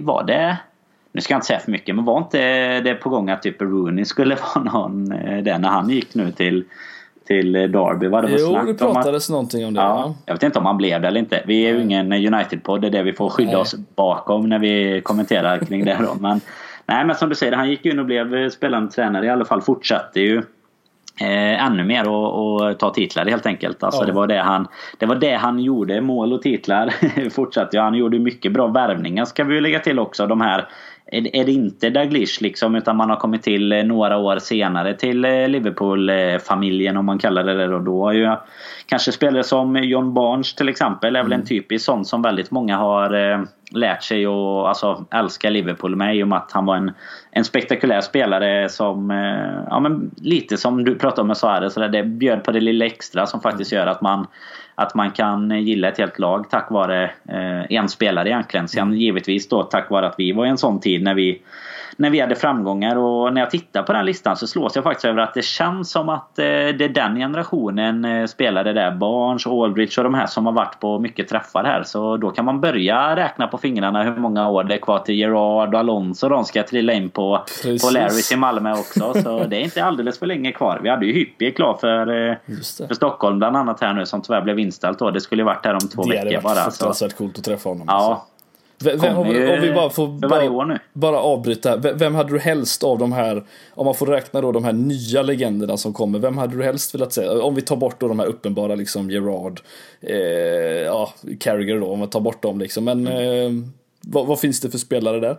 nu ska jag inte säga för mycket, men var inte det på gång att typ Rooney skulle vara någon där när han gick nu till Derby? Var det det pratades någonting om det. Ja, jag vet inte om han blev det eller inte. Vi är ju ingen United-podd, det är det vi får skydda oss bakom när vi kommenterar kring det då. Men nej, men som du säger, han gick in och blev spelande tränare, i alla fall fortsatte ju ännu mer och ta titlar helt enkelt. Alltså, det var det han gjorde, mål och titlar. Fortsatte. Han gjorde mycket bra värvningar, ska vi ju lägga till också. De här är det inte Dalglish liksom, utan man har kommit till några år senare till Liverpool-familjen, om man kallar det då. Då har ju kanske spelare som John Barnes till exempel är väl en typisk sån som väldigt många har lärt sig och alltså älska Liverpool med, i och med att han var en spektakulär spelare som men lite som du pratade om med Suarez, så det bjöd på det lilla extra som faktiskt gör att man kan gilla ett helt lag tack vare en spelare egentligen. Sen givetvis då tack vare att vi var i en sån tid när vi hade framgångar, och när jag tittar på den listan så slås jag faktiskt över att det känns som att det är den generationen spelare där, Barnes, Aldridge och de här, som har varit på mycket träffar här. Så då kan man börja räkna på fingrarna hur många år det är kvar till Gerrard och Alonso, de ska trilla in på Larrys i Malmö också. Så det är inte alldeles för länge kvar. Vi hade ju Hyppie klar för Stockholm bland annat här nu, som tyvärr blev inställt då. Det skulle ju varit här om 2 veckor bara. Det hade varit coolt att träffa honom. Ja. Om vi bara får avbryta, vem hade du helst av de här, om man får räkna då de här nya legenderna som kommer, vem hade du helst velat säga, om vi tar bort då de här uppenbara liksom Gerrard, Carragher då, om man tar bort dem liksom, men vad finns det för spelare där?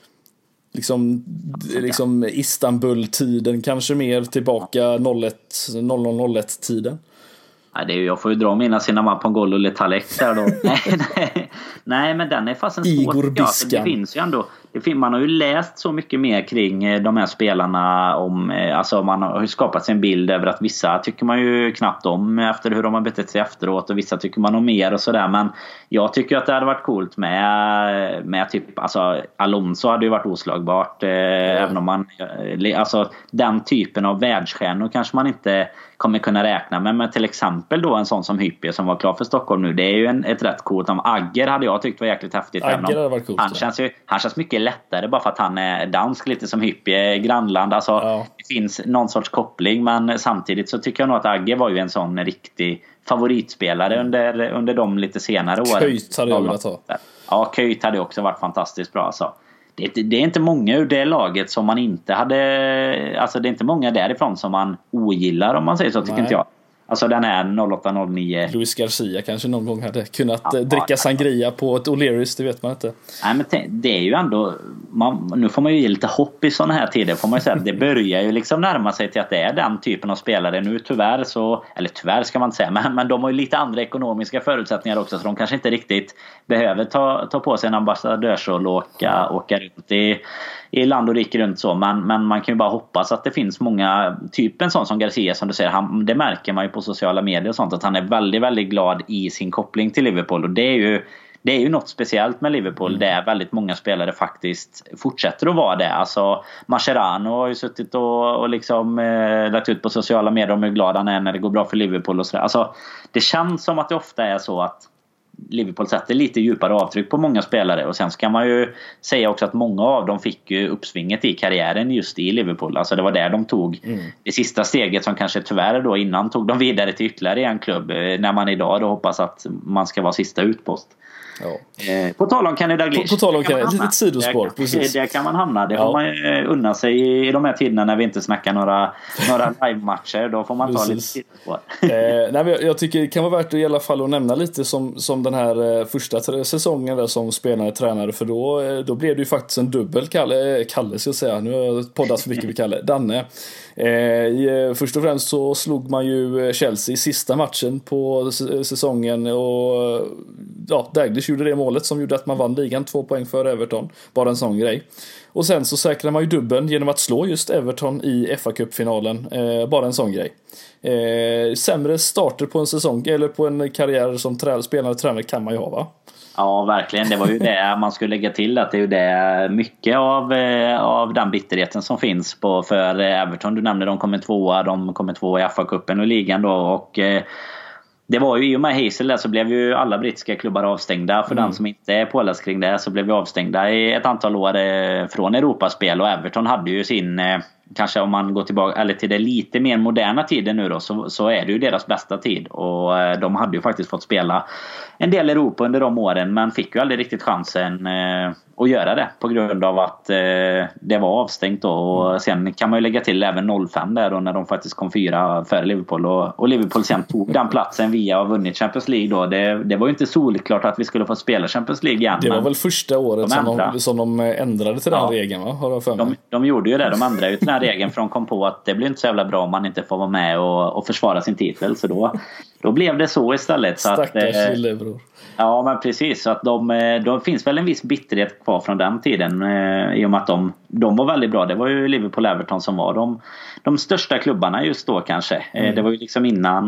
Liksom Istanbul-tiden, kanske mer tillbaka 00-01-tiden. Jag får ju dra mina Sinamapangolo och Letalek där då. Nej, men den är fast en Igor Biskan. Det finns ju ändå. Man har ju läst så mycket mer kring de här spelarna om, alltså man har ju skapat sig en bild över att vissa tycker man ju knappt om efter hur de har betett sig efteråt, och vissa tycker man om mer och sådär. Men jag tycker att det hade varit coolt med typ, alltså Alonso hade ju varit oslagbart, även om man, alltså den typen av världsstjärnor kanske man inte kommer kunna räkna med. Men till exempel då en sån som Hyppie som var klar för Stockholm nu, det är ju ett rätt coolt. Om Agger hade jag tyckt var jäkligt häftigt. Agger hade varit coolt, han känns mycket lättare bara för att han är dansk, lite som Hyppie, grannland. Alltså, det finns någon sorts koppling, men samtidigt så tycker jag nog att Agger var ju en sån riktig favoritspelare under de lite senare åren. Köjt hade jag velat ha. Ja, Köjt hade också varit fantastiskt bra. Alltså. Det är inte många ur det laget som man inte hade, alltså det är inte många därifrån som man ogillar, om man säger så, tycker inte jag. Alltså den här 08-09. Luis Garcia kanske någon gång hade kunnat dricka sangria på ett O'Learys, det vet man inte. Nej, men det är ju ändå, nu får man ju ge lite hopp i sådana här tider, får man ju säga. Det börjar ju liksom närma sig till att det är den typen av spelare nu, tyvärr så, eller tyvärr ska man inte säga, men de har ju lite andra ekonomiska förutsättningar också, så de kanske inte riktigt behöver ta på sig en ambassadörsroll och åka runt i land och rike runt så, men man kan ju bara hoppas att det finns många, typ en sån som Garcia som du säger, det märker man ju på sociala medier och sånt, att han är väldigt, väldigt glad i sin koppling till Liverpool, och det är ju det är ju något speciellt med Liverpool. Det är väldigt många spelare faktiskt fortsätter att vara det. Alltså Mascherano har ju suttit och liksom lagt ut på sociala medier om hur glad han är när det går bra för Liverpool och sådär. Alltså det känns som att det ofta är så att Liverpool sätter lite djupare avtryck på många spelare. Och sen ska man ju säga också att många av dem fick ju uppsvinget i karriären just i Liverpool. Alltså det var där de tog det sista steget som kanske tyvärr då innan tog de vidare till ytterligare en klubb. När man idag då hoppas att man ska vara sista utpost. Ja. På tal om Kenny Dalglish. På tal om Kenny, ett sidospår. Där kan man hamna. Det får man unna sig i de här tiderna när vi inte snackar några live-matcher. Då får man ta lite sidospår. Nej, men jag tycker det kan vara värt i alla fall att nämna lite som den här första säsongen där som spelare tränare. För då blev det ju faktiskt en dubbel Kalle ska jag säga. Nu har jag poddat för mycket med Kalle. Danne. Först och främst så slog man ju Chelsea i sista matchen på säsongen. Och Dalglish gjorde det målet som gjorde att man vann ligan 2 poäng för Everton. Bara en sån grej. Och sen så säkrade man ju dubben genom att slå just Everton i FA-cupfinalen. Bara en sån grej. Sämre starter på en säsong eller på en karriär som spelande tränare kan man ju ha, va? Ja, verkligen. Det var ju det man skulle lägga till, att det är ju det mycket av den bitterheten som finns för Everton. Du nämnde de kommer tvåa i FA-cupen och ligan då, och det var ju i och med Hazel där så blev ju alla brittiska klubbar avstängda. För den som inte är påläst kring det så blev vi avstängda i ett antal år från Europaspel. Och Everton hade ju sin, kanske om man går tillbaka eller till det lite mer moderna tiden nu då, så är det ju deras bästa tid. Och de hade ju faktiskt fått spela en del Europa under de åren, men fick ju aldrig riktigt chansen att göra det på grund av att det var avstängt då. Och sen kan man ju lägga till även 05 där då, när de faktiskt kom 4 före Liverpool, och Liverpool sen tog den platsen via att vunnit Champions League då. Det var ju inte solklart att vi skulle få spela Champions League igen. Det var väl första året som de ändrade till den regeln, va? Har jag för mig. De gjorde ju det, de ändrade ju till den regeln, för de kom på att det blir inte så jävla bra om man inte får vara med och försvara sin titel. Så då blev det så istället. Så stackars lillebror. Ja, men precis. Så att de finns väl en viss bitterhet kvar från den tiden, i och med att de var väldigt bra. Det var ju Liverpool och Everton som var de största klubbarna just då kanske. Det var ju liksom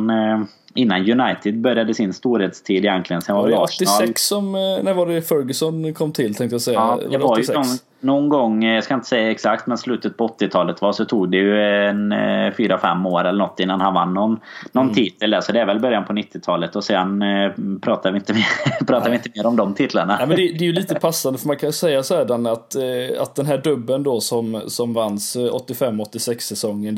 innan United började sin storhetstid egentligen. Sen var det 86 som, när var det Ferguson kom till, tänkte jag säga. Ja, det var ju någon gång, jag ska inte säga exakt, men slutet på 80-talet så tog det ju en 4-5 år eller något innan han vann någon titel där. Så det är väl början på 90-talet, och sen pratar vi inte mer om de titlarna. Ja, men det är ju lite passande, för man kan säga så här, Dan, att den här dubben då som vanns 85-86 säsongen,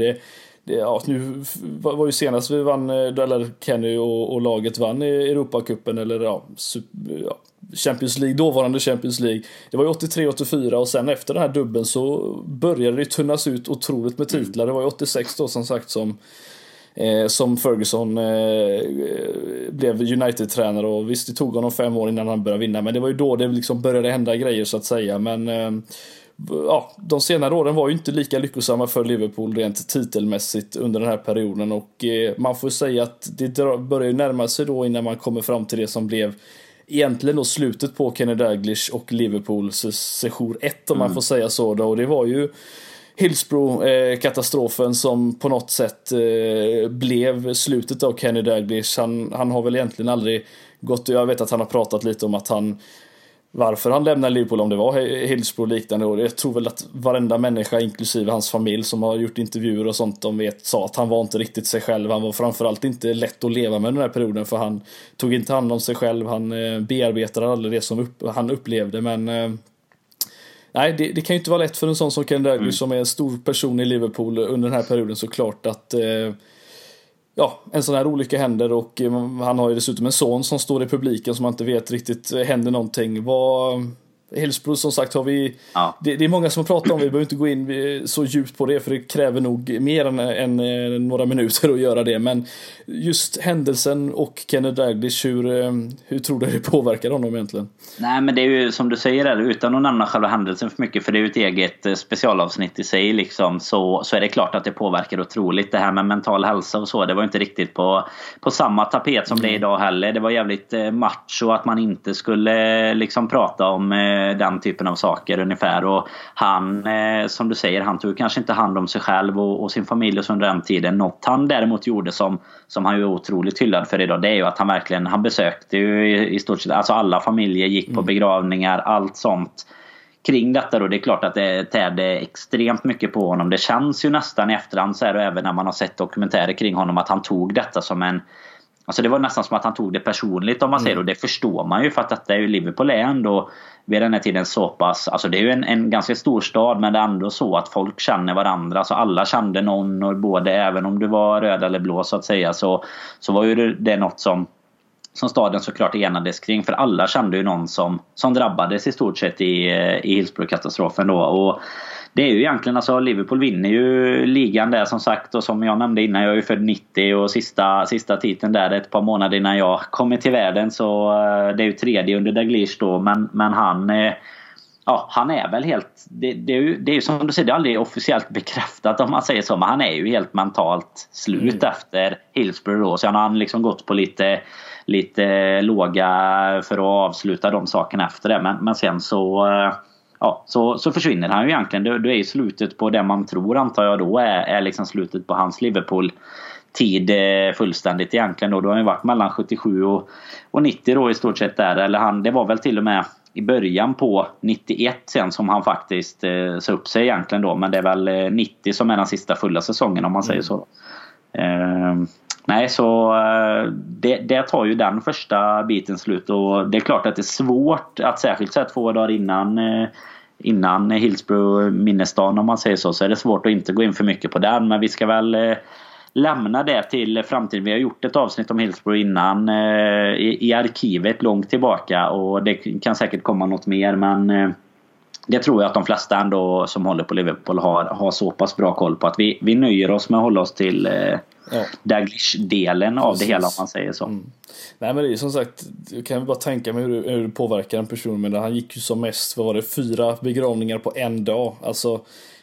nu var ju senast vi vann, eller Kenny och laget vann i Europacupen, eller Champions League, dåvarande Champions League. Det var ju 83-84, och sen efter den här dubben så började det tunnas ut otroligt med titlar. Det var ju 86 då som sagt som Ferguson blev United-tränare, och visst, det tog honom 5 år innan han började vinna, men det var ju då det liksom började hända grejer, så att säga. Men de senare åren var ju inte lika lyckosamma för Liverpool rent titelmässigt under den här perioden, och man får säga att det börjar ju närma sig då innan man kommer fram till det som blev egentligen då slutet på Kenny Dalglish och Liverpools sejour 1, om man får säga så då. Och det var ju Hillsborough-katastrofen som på något sätt blev slutet av Kenny Dalglish. Han har väl egentligen aldrig gått, jag vet att han har pratat lite om att varför han lämnade Liverpool, om det var Hillsborough liknande. Och jag tror väl att varenda människa, inklusive hans familj som har gjort intervjuer och sånt, sa att han var inte riktigt sig själv. Han var framförallt inte lätt att leva med den här perioden, för han tog inte hand om sig själv. Han bearbetade aldrig det som han upplevde. Men nej, det kan ju inte vara lätt för en sån som Kenny Dalglish, som är en stor person i Liverpool under den här perioden, såklart, att en sån här olycka händer. Och han har ju dessutom en son som står i publiken som man inte vet riktigt händer någonting. Hillsborough, som sagt, har vi det är många som pratar om, vi behöver inte gå in så djupt på det, för det kräver nog mer än några minuter att göra det. Men just händelsen och Kenny Dalglish, hur tror du det påverkar honom egentligen? Nej, men det är ju som du säger där, utan att nämna själva händelsen för mycket, för det är ju ett eget specialavsnitt i sig liksom, så är det klart att det påverkar otroligt. Det här med mental hälsa och så, det var inte riktigt på samma tapet som det är idag heller. Det var jävligt macho att man inte skulle liksom prata om den typen av saker ungefär. Och han, som du säger, han tog kanske inte hand om sig själv och sin familj under den tiden. Något han däremot gjorde som han är otroligt hyllad för idag, det är ju att han besökte ju i stort sett, alltså alla familjer gick på begravningar, allt sånt kring detta då. Det är klart att det tärde extremt mycket på honom. Det känns ju nästan i efterhand så här, och även när man har sett dokumentärer kring honom, att han tog detta som en, alltså det var nästan som att han tog det personligt om man säger, och det förstår man ju för att detta är ju Liverpool är ändå vid den här tiden så pass, alltså det är ju en ganska stor stad, men det är ändå så att folk känner varandra, alltså alla kände någon, och både, även om du var röd eller blå så att säga, så var ju det något som staden såklart enades kring, för alla kände ju någon som drabbades i stort sett i Hillsborough-katastrofen då. Och det är ju egentligen, alltså Liverpool vinner ju ligan där som sagt, och som jag nämnde innan, jag är ju född 90 och sista titeln där ett par månader innan jag kom till världen, så det är ju tredje under Dalglish då, men han är väl helt, det är ju som du säger, det är aldrig officiellt bekräftat om man säger så, men han är ju helt mentalt slut efter Hillsborough då, så han har liksom gått på lite låga för att avsluta de sakerna efter det, men sen så försvinner han ju egentligen. Det är ju slutet på det man tror, antar jag då, är liksom slutet på hans Liverpool-tid fullständigt egentligen då. Då har han ju varit mellan 77 och 90 då i stort sett där, eller det var väl till och med i början på 91 sen som han faktiskt sa upp sig egentligen då, men det är väl 90 som är den sista fulla säsongen om man säger så. Nej, så det tar ju den första biten slut, och det är klart att det är svårt att särskilt sett 2 dagar innan Hillsborough minnesdagen om man säger så är det svårt att inte gå in för mycket på den, men vi ska väl lämna det till framtiden. Vi har gjort ett avsnitt om Hillsborough innan i arkivet långt tillbaka, och det kan säkert komma något mer, men det tror jag att de flesta ändå som håller på Liverpool har så pass bra koll på att vi nöjer oss med att hålla oss till Dalglish-delen av det hela om man säger så. Nej, men det är som sagt, jag kan bara tänka mig hur det påverkar en person, men han gick ju som mest, vad var det, 4 begravningar på en dag. Alltså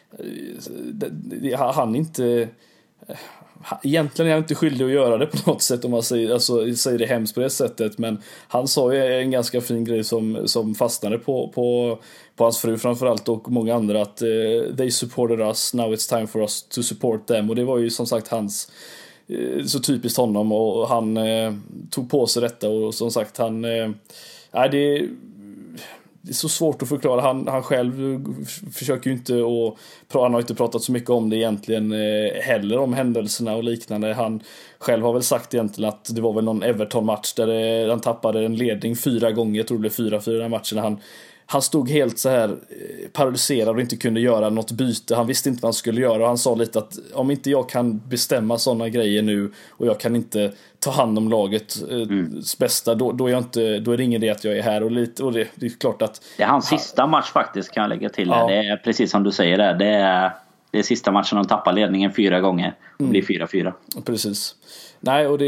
han inte, egentligen är jag inte skyldig att göra det på något sätt om man säger det hemskt på det sättet, men han sa ju en ganska fin grej som fastnade på hans fru framförallt och många andra, att they supported us, now it's time for us to support them, och det var ju som sagt hans, så typiskt honom, och han tog på sig detta, och som sagt det är så svårt att förklara. Han själv försöker ju inte, och han har inte pratat så mycket om det egentligen heller, om händelserna och liknande. Han själv har väl sagt egentligen att det var väl någon Everton-match där han tappade en ledning 4 gånger, jag tror det blev 4-4 den matchen. Han stod helt så här paralyserad och inte kunde göra något byte. Han visste inte vad han skulle göra, och han sa lite att om inte jag kan bestämma sådana grejer nu, och jag kan inte ta hand om lagets bästa, då är det ingen idé att jag är här. Och det är klart att det är hans sista match faktiskt, kan jag lägga till. Ja. Det är precis som du säger där. Det är sista matchen de tappar ledningen 4 gånger och blir 4-4. Precis. Nej, och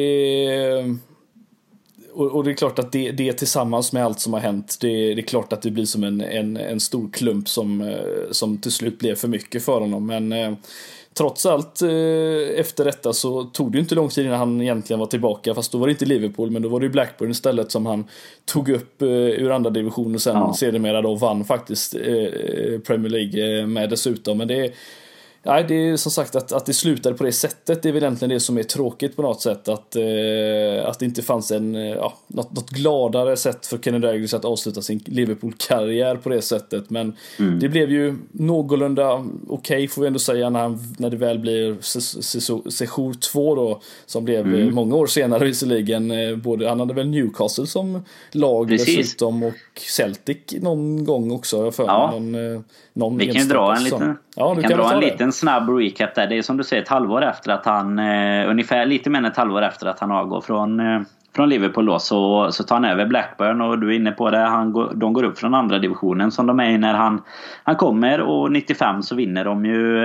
det är klart att det tillsammans med allt som har hänt, det är klart att det blir som en stor klump som till slut blev för mycket för honom. Men trots allt efter detta så tog det inte lång tid innan han egentligen var tillbaka, fast då var det inte Liverpool, men då var det Blackburn istället som han tog upp ur andra division, och sen sedermera då vann faktiskt Premier League med dessutom. Men det är som sagt att det slutade på det sättet. Det är väl egentligen det som är tråkigt på något sätt, att det inte fanns något gladare sätt för Kenny Dalglish att avsluta sin Liverpool-karriär på det sättet. Men det blev ju någorlunda okej, får vi ändå säga, när det väl blir session 2 då, som blev många år senare visserligen. Han hade väl Newcastle som lag dessutom, och Celtic någon gång också för någon vi kan dra en liten en liten snabb recap där. Det är som du säger, ett halvår efter att han ungefär lite mer än ett halvår efter att han avgår från Liverpool då, så tar han över Blackburn, och du är inne på det, de går upp från andra divisionen som de är i när han kommer, och 95 så vinner de ju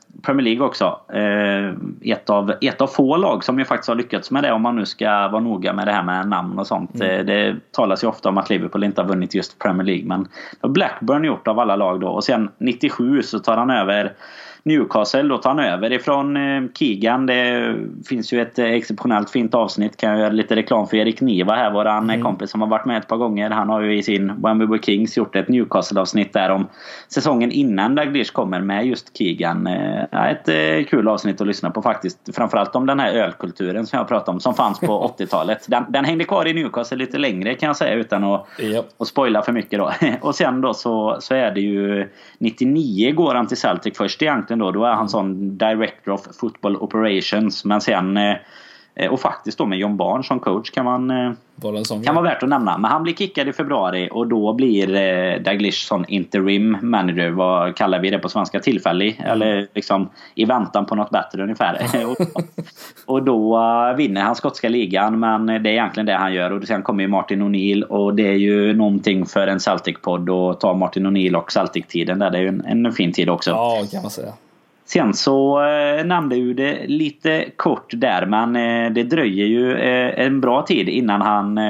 Premier League också. Ett av få lag som ju faktiskt har lyckats med det, om man nu ska vara noga med det här med namn och sånt. Det talas ju ofta om att Liverpool inte har vunnit just Premier League, men det har Blackburn gjort av alla lag då. Och sen 97 så tar han över Newcastle, då tar han över ifrån Keegan. Det finns ju ett exceptionellt fint avsnitt, kan jag göra lite reklam för Erik Niva här, våran kompis som har varit med ett par gånger. Han har ju i sin When We Were Kings gjort ett Newcastle-avsnitt där om säsongen innan Dalglish kommer med just Keegan. Ett kul avsnitt att lyssna på faktiskt, framförallt om den här ölkulturen som jag pratade om, som fanns på 80-talet. Den hängde kvar i Newcastle lite längre, kan jag säga, utan att spoila för mycket då. Och sen då så är det ju 99 går han till Celtic först egentligen då är han sån Director of Football Operations, men sen och faktiskt då med John Barnes som coach kan vara värt att nämna. Men han blir kickad i februari och då blir Dalglish sån interim manager, vad kallar vi det på svenska, tillfällig eller liksom i väntan på något bättre ungefär. Och då vinner han skotska ligan, men det är egentligen det han gör. Och sen kommer ju Martin O'Neill, och det är ju någonting för en Celtic-podd att ta Martin O'Neill och Celtic-tiden där. Det är ju en fin tid också. Ja, kan man säga. Sen så nämnde ju det lite kort där, men det dröjer ju en bra tid innan han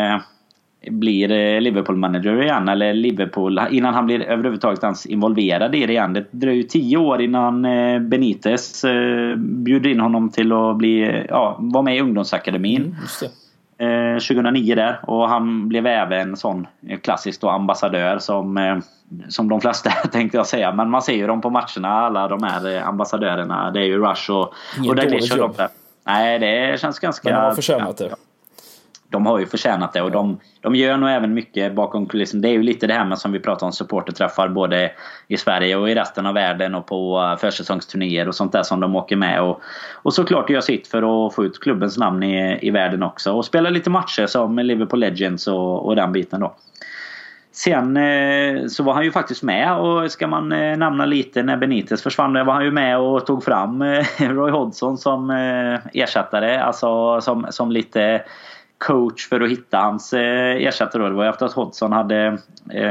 blir Liverpool-manager igen, eller Liverpool, innan han blir överhuvudtaget ens involverad i det igen. Det dröjer 10 år innan Benitez bjuder in honom till att vara med i ungdomsakademin. Just det. 2009 där, och han blev även sån klassisk då ambassadör som de flesta tänkte jag säga, men man ser ju dem på matcherna, alla de här ambassadörerna, det är ju Rush och Dalglish och de där. Nej, det känns ganska... Men de har förtjänat det. De har ju förtjänat det, och de gör nog även mycket bakom kulissen. Det är ju lite det här med som vi pratar om, supporterträffar både i Sverige och i resten av världen och på försäsongsturnéer och sånt där som de åker med, och såklart gör sitt för att få ut klubbens namn i världen också, och spela lite matcher som Liverpool Legends och den biten då. Sen så var han ju faktiskt med, och ska man nämna lite när Benitez försvann, var han ju med och tog fram Roy Hodgson som ersättare, alltså som lite coach för att hitta hans ersättare. Det var efter att Hodgson hade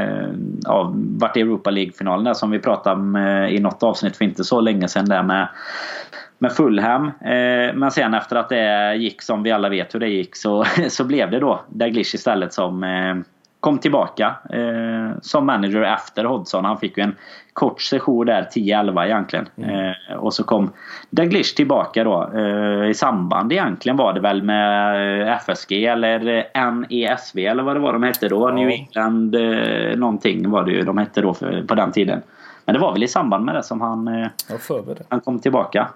varit i Europa League-finalen där, som vi pratade om i något avsnitt för inte så länge sedan där med Fulham. Men sen efter att det gick som vi alla vet hur det gick, så blev det då Dalglish istället som kom tillbaka som manager efter Hodgson. Han fick ju en kort session där, 10-11 egentligen. Och så kom Dalglish tillbaka då i samband egentligen var det väl med FSG eller NESV eller vad det var de hette då. New England någonting var det ju de hette då på den tiden. Men det var väl i samband med det som han kom tillbaka.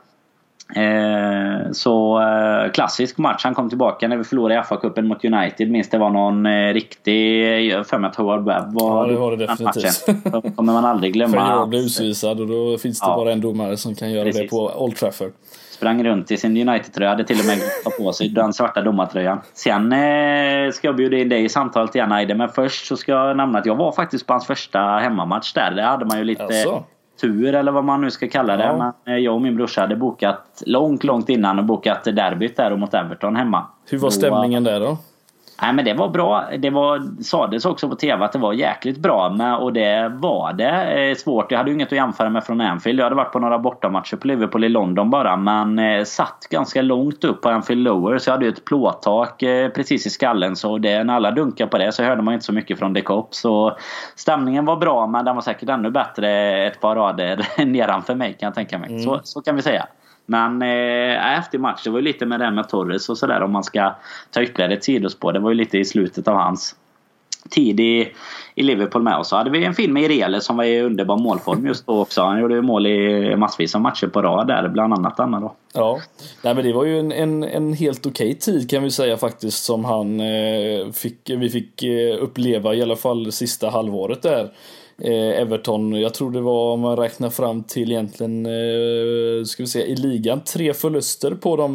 Så klassisk match, han kom tillbaka när vi förlorade i FA-cupen mot United. Minst det var någon riktig, för mig att Howard Webb var, det var det definitivt. Då kommer man aldrig glömma. För jag blev utvisad, och då finns det bara en domare som kan göra det på Old Trafford. Sprang runt i sin United-tröja, hade till och med på sig den svarta domartröjan. Sen ska jag bjuda in dig i samtalet igen, Aide, men först så ska jag nämna att jag var faktiskt på hans första hemmamatch där. Det hade man ju lite... tur eller vad man nu ska kalla det. Men jag och min brorsa hade bokat långt innan och bokat derbyt där och mot Everton hemma. Hur var stämningen där då? Nej, men det var bra. Sades också på tv att det var jäkligt bra med, och det var det. Svårt, jag hade ju inget att jämföra med från Anfield. Jag hade varit på några bortamatcher på Liverpool i London bara, men satt ganska långt upp på Anfield Lower, så jag hade ju ett plåttak precis i skallen, så när alla dunkade på det så hörde man inte så mycket från The Cop. Så stämningen var bra, men den var säkert ännu bättre ett par rader nedanför mig, kan jag tänka mig. Så kan vi säga. Men efter match, det var ju lite med det med Torres och sådär, om man ska ta ytterligare ett sidospår. Det var ju lite i slutet av hans tid i Liverpool med. Och så hade vi en film med Irele som var i underbar målform just då också. Han gjorde ju mål i massvis av matcher på rad där, bland annat Anna då. Ja, nej, men det var ju en helt okej tid kan vi säga faktiskt, som vi fick uppleva i alla fall sista halvåret där. Everton, jag tror det var, om man räknar fram till egentligen ska vi se, i ligan 3 förluster på dem,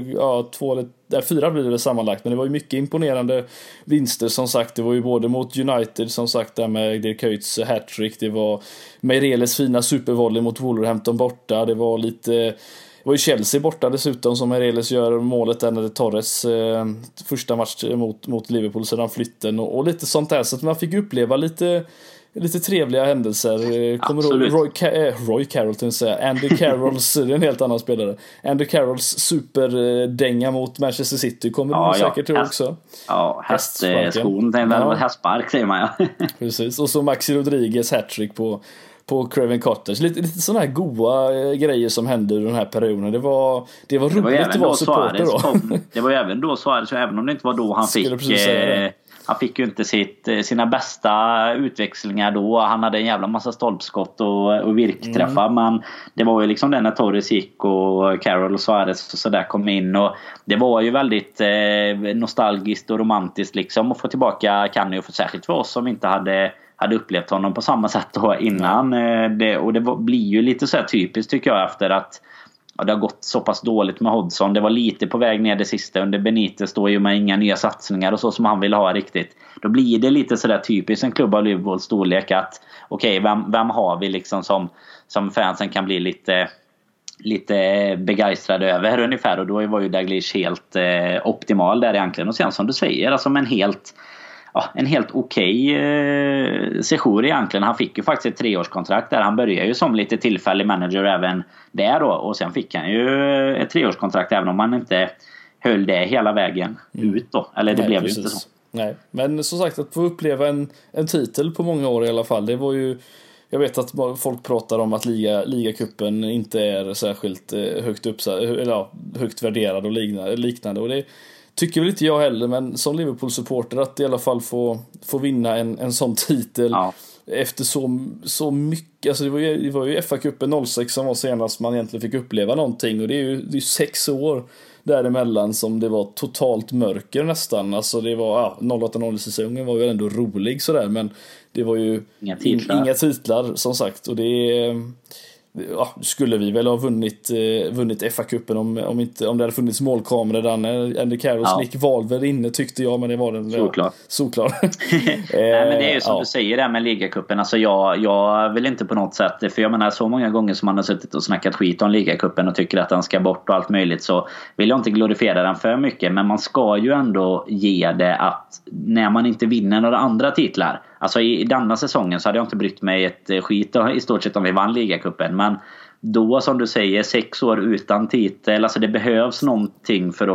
4 blir det sammanlagt, men det var ju mycket imponerande vinster som sagt. Det var ju både mot United som sagt där med Dirk Kuyts hattrick, det var Meireles fina supervolley mot Wolverhampton borta, det var ju Chelsea borta dessutom som Meireles gör målet där när det Torres första match mot Liverpool sedan flytten och lite sånt där, så att man fick uppleva lite lite trevliga händelser. Kommer Roy Carroll till att säga. Andy Carrolls, det är en helt annan spelare. Andy Carrolls superdänga mot Manchester City kommer du säkert ihåg också. Ja, hästskon, det är väl hästspark säger man ja. Precis, och så Maxi Rodriguez hattrick på Craven Cottage. Lite sådana här goa grejer som hände i den här perioden. Det var roligt att vara supporter då. Det var ju även då Suarez, även om det inte var då han fick han fick ju inte sina bästa utväxlingar då. Han hade en jävla massa stolpskott och virkträffar. Men det var ju liksom det när Torres gick och Carroll och Suarez och så där kom in. Och det var ju väldigt nostalgiskt och romantiskt liksom att få tillbaka Canio, för särskilt för oss som inte hade upplevt honom på samma sätt då innan. Det blir ju lite så här typiskt tycker jag efter att det har gått så pass dåligt med Hodgson. Det var lite på väg ner det sista under Benitez då ju med inga nya satsningar och så som han ville ha riktigt. Då blir det lite så där typiskt en klubb av Liverpools storlek att okej, vem har vi liksom som fansen kan bli lite begeistrad över ungefär, och då var ju Dalglish helt optimal där egentligen. Och sen som du säger, alltså en helt okej sejour egentligen. Han fick ju faktiskt ett 3-årskontrakt där. Han började ju som lite tillfällig manager även där då. Och sen fick han ju ett 3-årskontrakt även om han inte höll det hela vägen ut då. Eller det blev ju inte så. Nej, men som sagt att få uppleva en titel på många år i alla fall. Det var ju, jag vet att folk pratar om att ligacupen inte är särskilt högt värderad och liknande. Och det tycker väl inte jag heller, men som Liverpool-supporter att i alla fall få vinna en sån titel efter så mycket. Alltså det var ju FA-cupen 06 som var senast man egentligen fick uppleva någonting, och det är ju 6 år däremellan som det var totalt mörker nästan. Alltså det var 08-0-säsongen var ju ändå rolig sådär, men det var ju inga titlar som sagt, och det skulle vi väl ha vunnit FA-cupen om det hade funnits målkameror där när Andy Carrolls nick var väl inne tyckte jag, men det var den solklar. Nej, men det är ju som du säger där med ligacupen, alltså jag vill inte på något sätt, för jag menar så många gånger som man har suttit och snackat skit om ligacupen och tycker att den ska bort och allt möjligt, så vill jag inte glorifiera den för mycket, men man ska ju ändå ge det att när man inte vinner några andra titlar, alltså i denna säsongen så hade jag inte brytt mig ett skit i stort sett om vi vann ligacupen, men då som du säger 6 år utan titel, alltså det behövs någonting för att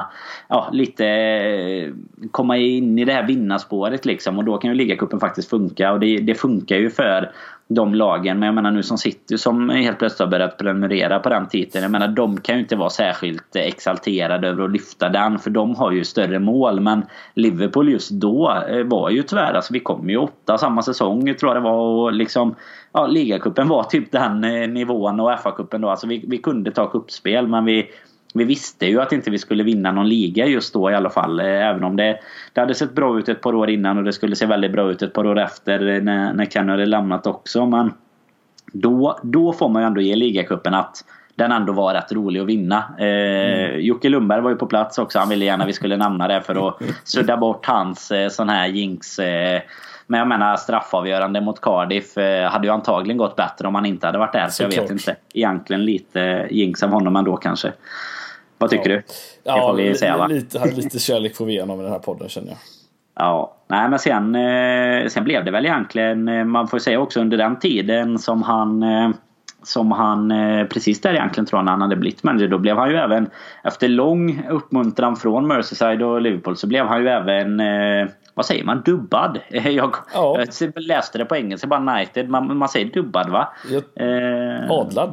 komma in i det här vinnarspåret liksom, och då kan ju ligacupen faktiskt funka, och det funkar ju för de lagen, men jag menar nu som City som helt plötsligt har börjat prenumerera på den titeln, jag menar de kan ju inte vara särskilt exalterade över att lyfta den, för de har ju större mål, men Liverpool just då var ju tyvärr, alltså vi kom ju 8 samma säsong tror jag det var, och liksom ligacupen var typ den nivån, och FA-cupen då, alltså vi kunde ta cupspel, men vi visste ju att inte vi skulle vinna någon liga just då i alla fall, även om det hade sett bra ut ett par år innan och det skulle se väldigt bra ut ett par år efter när Kenny hade lämnat också, men då får man ju ändå ge ligacupen att den ändå var rätt rolig att vinna. Jocke Lundberg var ju på plats också, han ville gärna vi skulle nämna det för att sudda bort hans sån här jinx. Men jag menar straffavgörande mot Cardiff hade ju antagligen gått bättre om han inte hade varit där. Så jag vet inte. Egentligen lite jinx av honom ändå kanske. Vad tycker du? Ja, lite kärlek får vi igenom i den här podden känner jag. Ja, nej men sen blev det väl egentligen, man får säga också under den tiden som han precis där egentligen tror när han hade blivit manager, då blev han ju även efter lång uppmuntran från Merseyside och Liverpool så blev han ju även vad säger man? Dubbad. Jag läste det på engelska, bara United. Man säger dubbad va? Adlad.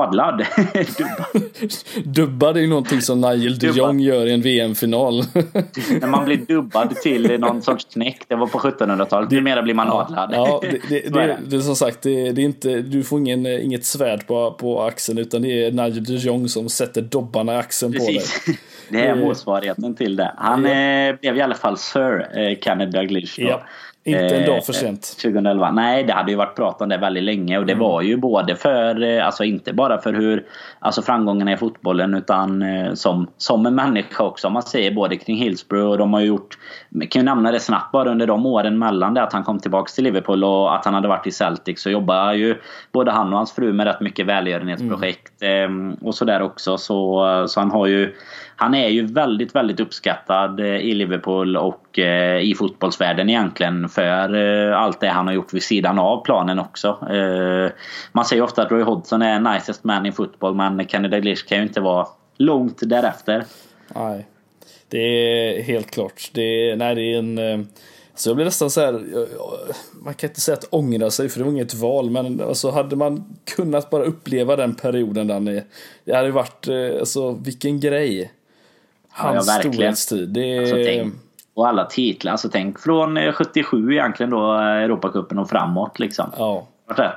Dubbad är ju någonting som Nigel de Jong gör i en VM-final. När man blir dubbad till någon sorts knäck. Det var på 1700-talet. Numera blir man adlad. Ja, det är som sagt det är inte, du får inget svärd på axeln, utan det är Nigel de Jong som sätter dobbarna i axeln på dig. Det är motsvarigheten till det. Han blev i alla fall Sir Kenneth Dalglish. Ja. Inte en dag för sent. 2011. Nej, det hade ju varit prat om det väldigt länge. Och det var ju både för, alltså inte bara för hur, alltså framgångarna i fotbollen, utan som en människa också. Man säger både kring Hillsborough, och de har gjort, kan ju nämna det snabbt bara under de åren mellan det att han kom tillbaka till Liverpool och att han hade varit i Celtic, så jobbar ju både han och hans fru med rätt mycket välgörenhetsprojekt och sådär också. Så han är ju väldigt, väldigt uppskattad i Liverpool, och mycket i fotbollsvärlden egentligen för allt det han har gjort vid sidan av planen också. Man säger ofta att Roy Hodgson är nicest man i fotboll, men Kenny Dalglish kan ju inte vara långt därefter. Nej, det är helt klart. Det är en... Så jag blir nästan så här, man kan inte säga att ångra sig för det var inget val, men alltså hade man kunnat bara uppleva den perioden där det hade varit, alltså vilken grej. Hans storhetstid. Det alltså, och alla titlar, alltså tänk från 77 egentligen då, Europacupen och framåt liksom. Ja.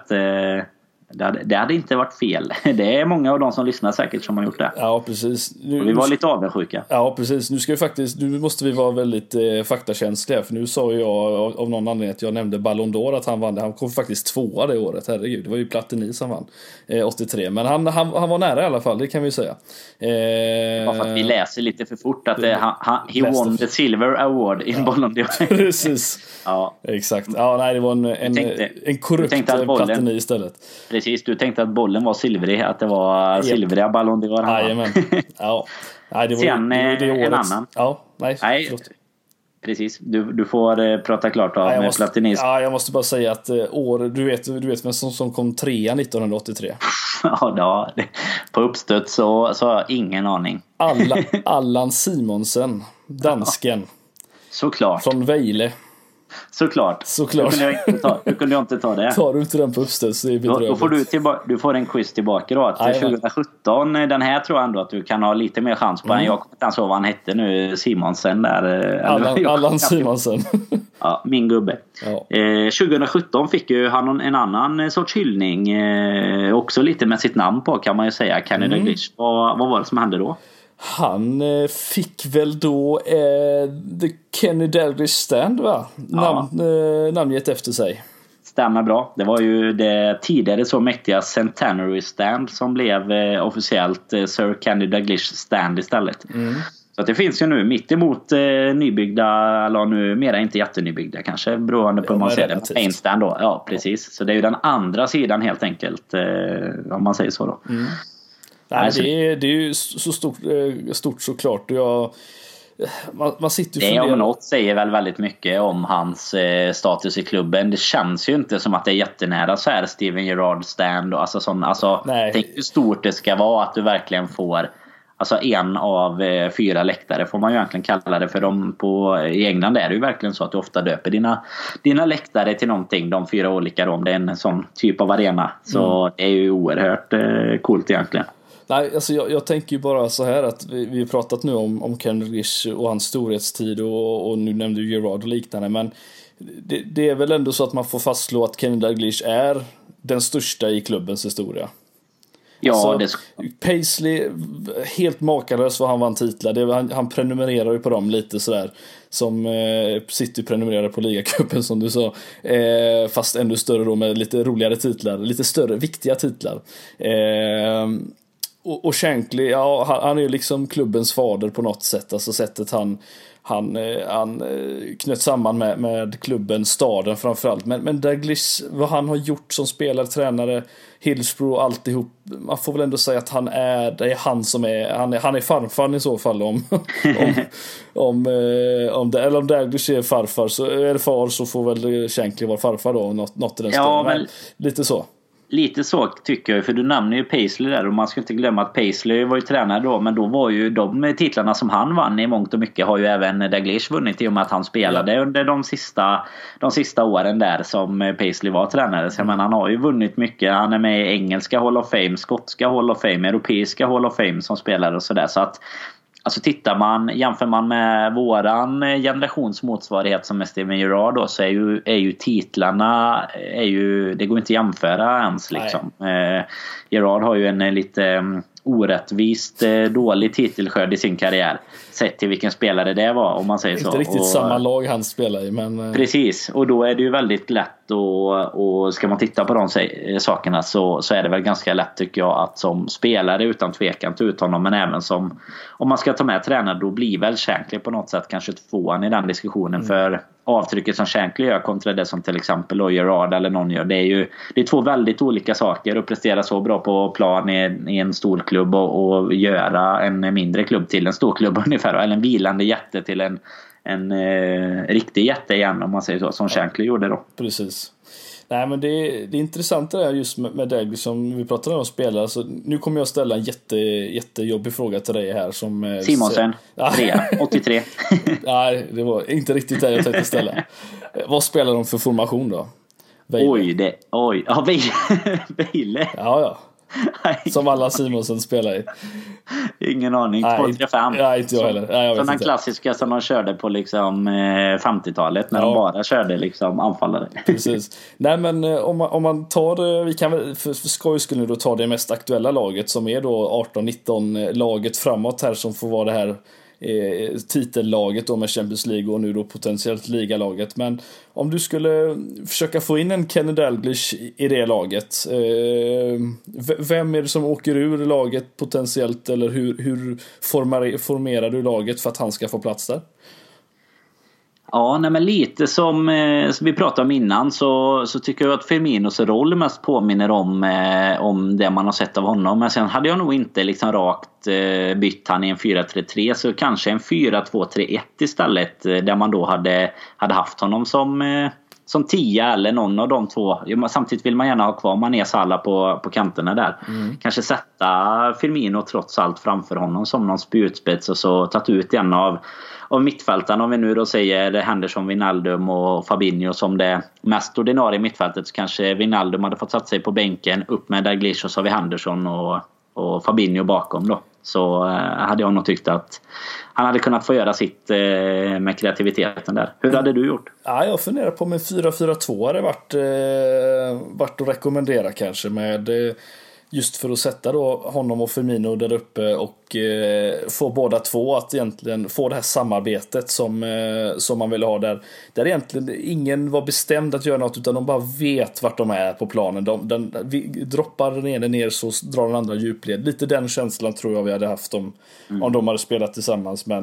Det hade inte varit fel. Det är många av de som lyssnar säkert som har gjort det. Ja, precis. Vi var lite avundsjuka. Ja, precis. Nu måste vi vara väldigt faktakänsliga. För nu sa jag av någon anledning att jag nämnde Ballon d'Or att han vann det. Han kom faktiskt 2:a det året. Herregud, det var ju Platini som vann 83. Men han var nära i alla fall, det kan vi säga. Bara för att vi läser lite för fort att he won the Silver Award in Ballon d'Or. Precis. Ja. Exakt. Ja, nej, det var en korrupt Platini istället. Precis, du tänkte att bollen var silvrig, att det var silvriga Ballon d'Or. Jajamän. Ja. Nej, det var sen det året. En annan. Ja, nej. Precis, du får prata klart med Platini. Ja, jag måste bara säga att du vet vem som kom 3:a 1983. Ja, på uppstöt så har jag ingen aning. Allan Simonsen, dansken. Såklart. Från Vejle. Såklart. Du kunde jag inte ta det. Tar du inte den på uppstöd så är det bedrövligt. Då får du får en quiz tillbaka då. Att 2017, den här tror jag ändå att du kan ha lite mer chans på än jag kommer inte ens ihåg vad han hette nu, Simonsen där. Allan Simonsen. Ja, min gubbe. Ja. 2017 fick ju han en annan sorts hyllning. Också lite med sitt namn på kan man ju säga. Kenny Dalglish. Vad var det som hände då? Han fick väl då The Kenny Dalglish Stand, va? Namnget efter sig. Stämmer bra. Det var ju det tidigare så mäktiga Centenary Stand som blev officiellt Sir Kenny Dalglish Stand istället. Så att det finns ju nu mitt emot nybyggda, eller nu mera inte jättenybyggda kanske, beroende på hur man ser det. Main stand då. Ja, precis. Så det är ju den andra sidan helt enkelt, om man säger så då. Nej, det är ju så stort såklart. Man sitter det om något säger väl väldigt mycket om hans status i klubben. Det känns ju inte som att det är jättenära så här Steven Gerrard stand och tänk hur stort det ska vara att du verkligen får en av 4 läktare får man ju egentligen kalla det för dem i England är det ju verkligen så att du ofta döper dina läktare till någonting, de 4 olika då, om det är en sån typ av arena. Så det är ju oerhört coolt egentligen. Nej, alltså jag tänker ju bara så här att vi har pratat nu om Kenny Dalglish och hans storhetstid och nu nämnde du Gerrard och liknande, men det är väl ändå så att man får fastslå att Kenny Dalglish är den största i klubbens historia. Ja, Paisley, helt makalös vad han vann titlar. Han prenumererar ju på dem lite sådär som City prenumererade på ligacupen som du sa, fast ännu större då med lite roligare titlar, lite större, viktiga titlar. Och Shankly, han är ju liksom klubbens fader på något sätt. Alltså sättet han knöt samman med klubben, staden framförallt. Men Dalglish, vad han har gjort som spelare, tränare, Hillsborough och alltihop, man får väl ändå säga att det är han som han är farfar i så fall om Dalglish är farfar så är det far, så får väl Shankly vara farfar då, något i den stilen. Men lite så. Lite så tycker jag, för du nämner ju Paisley där och man ska inte glömma att Paisley var ju tränare då, men då var ju de titlarna som han vann i mångt och mycket har ju även Dalglish vunnit i och med att han spelade under de sista åren där som Paisley var tränare. Så men han har ju vunnit mycket, han är med i engelska Hall of Fame, skotska Hall of Fame, europeiska Hall of Fame som spelare och sådär, så att alltså jämför man med våran generations motsvarighet som är Steven Gerrard då, så är ju titlarna det går inte att jämföra ens liksom. Gerrard har ju en lite orättvist dålig titelskörd i sin karriär sett till vilken spelare det var, om man säger så. Inte riktigt samma lag han spelar i, men precis, och då är det ju väldigt lätt och ska man titta på de sakerna så är det väl ganska lätt tycker jag att som spelare utan tvekan ta ut honom, men även som om man ska ta med tränare, då blir väl Shankly på något sätt kanske tvåan i den diskussionen. För avtrycket som Shankly gör kontra det som till exempel Gerrard eller någon gör, det är 2 väldigt olika saker. Att prestera så bra på plan i en stor klubb och göra en mindre klubb till en stor klubb ungefär, eller en vilande jätte till en riktig jätte igen, om man säger så, som Shankly gjorde då. Precis. Nej, men det är intressant det där just med Dalglish som vi pratade om spelare. Så nu kommer jag ställa en jättejobbig fråga till dig här. Simonsen, 83. Nej, det var inte riktigt det jag tänkte ställa. Vad spelar de för formation då? Weile. Ja, Weile. Ja. Som alla Simonsen spelar i. Ingen aning. 2-3-5. Nej, inte jag heller. Nej, som den klassiska som de körde på liksom 50-talet när de bara körde liksom anfallare. Precis. Nej, men om man tar, vi kan väl för skoj skulle då ta det mest aktuella laget som är då 18-19 laget framåt här, som får vara det här titellaget då med Champions League och nu då potentiellt ligalaget. Men om du skulle försöka få in en Kenny Dalglish i det laget, vem är det som åker ur laget potentiellt, eller hur formerar du laget för att han ska få plats där? Ja, nej, men lite som vi pratade om innan, så tycker jag att Firminos roll mest påminner om det man har sett av honom. Men sen hade jag nog inte liksom rakt bytt han i en 4-3-3, så kanske en 4-2-3-1 istället, där man då hade haft honom som 10 eller någon av de två. Samtidigt vill man gärna ha kvar Mané Salah på kanterna där. Kanske sätta Firmino trots allt framför honom som någon spjutspets, och så tagit ut en av mittfältarna, om vi nu då säger Henderson, Wijnaldum och Fabinho som det mest ordinarie mittfältet. Så kanske Wijnaldum hade fått satt sig på bänken, upp med Dalglish, och så har vi Henderson och Fabinho bakom då. Så hade jag nog tyckt att han hade kunnat få göra sitt med kreativiteten där. Hur hade du gjort? Ja, jag funderar på med 4-4-2 hade varit att rekommendera kanske, med just för att sätta då honom och Firmino där uppe och få båda två att egentligen få det här samarbetet som man vill ha där egentligen ingen var bestämd att göra något, utan de bara vet vart de är på planen. Vi droppar den ena ner så drar den andra djupled. Lite den känslan tror jag vi hade haft om de hade spelat tillsammans. Men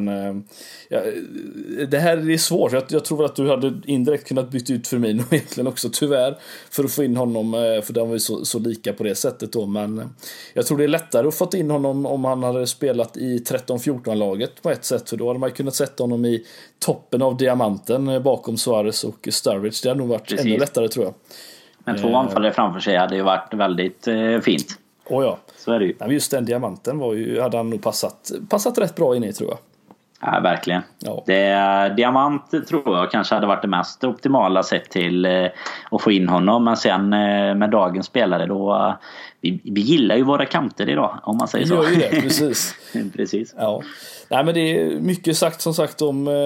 det här är svårt. Jag tror att du hade indirekt kunnat byta ut Firmino egentligen också, tyvärr, för att få in honom, för de var ju så lika på det sättet då. Men jag tror det är lättare att få in honom om han hade spelat i 13-14-laget på ett sätt, för då hade man kunnat sätta honom i toppen av diamanten bakom Suarez och Sturridge. Det hade nog varit ännu lättare, tror jag. Men 2 anfallare framför sig hade ju varit väldigt fint. Ja. Så är det ju. Men just den diamanten hade han nog passat rätt bra in i, tror jag. Ja, verkligen. Ja. Diamant tror jag kanske hade varit det mest optimala sätt till att få in honom. Men sen med dagens spelare då, vi gillar ju våra kanter idag, om man säger så. Gör ju det, precis. Precis. Ja. Nej, men det är mycket sagt som sagt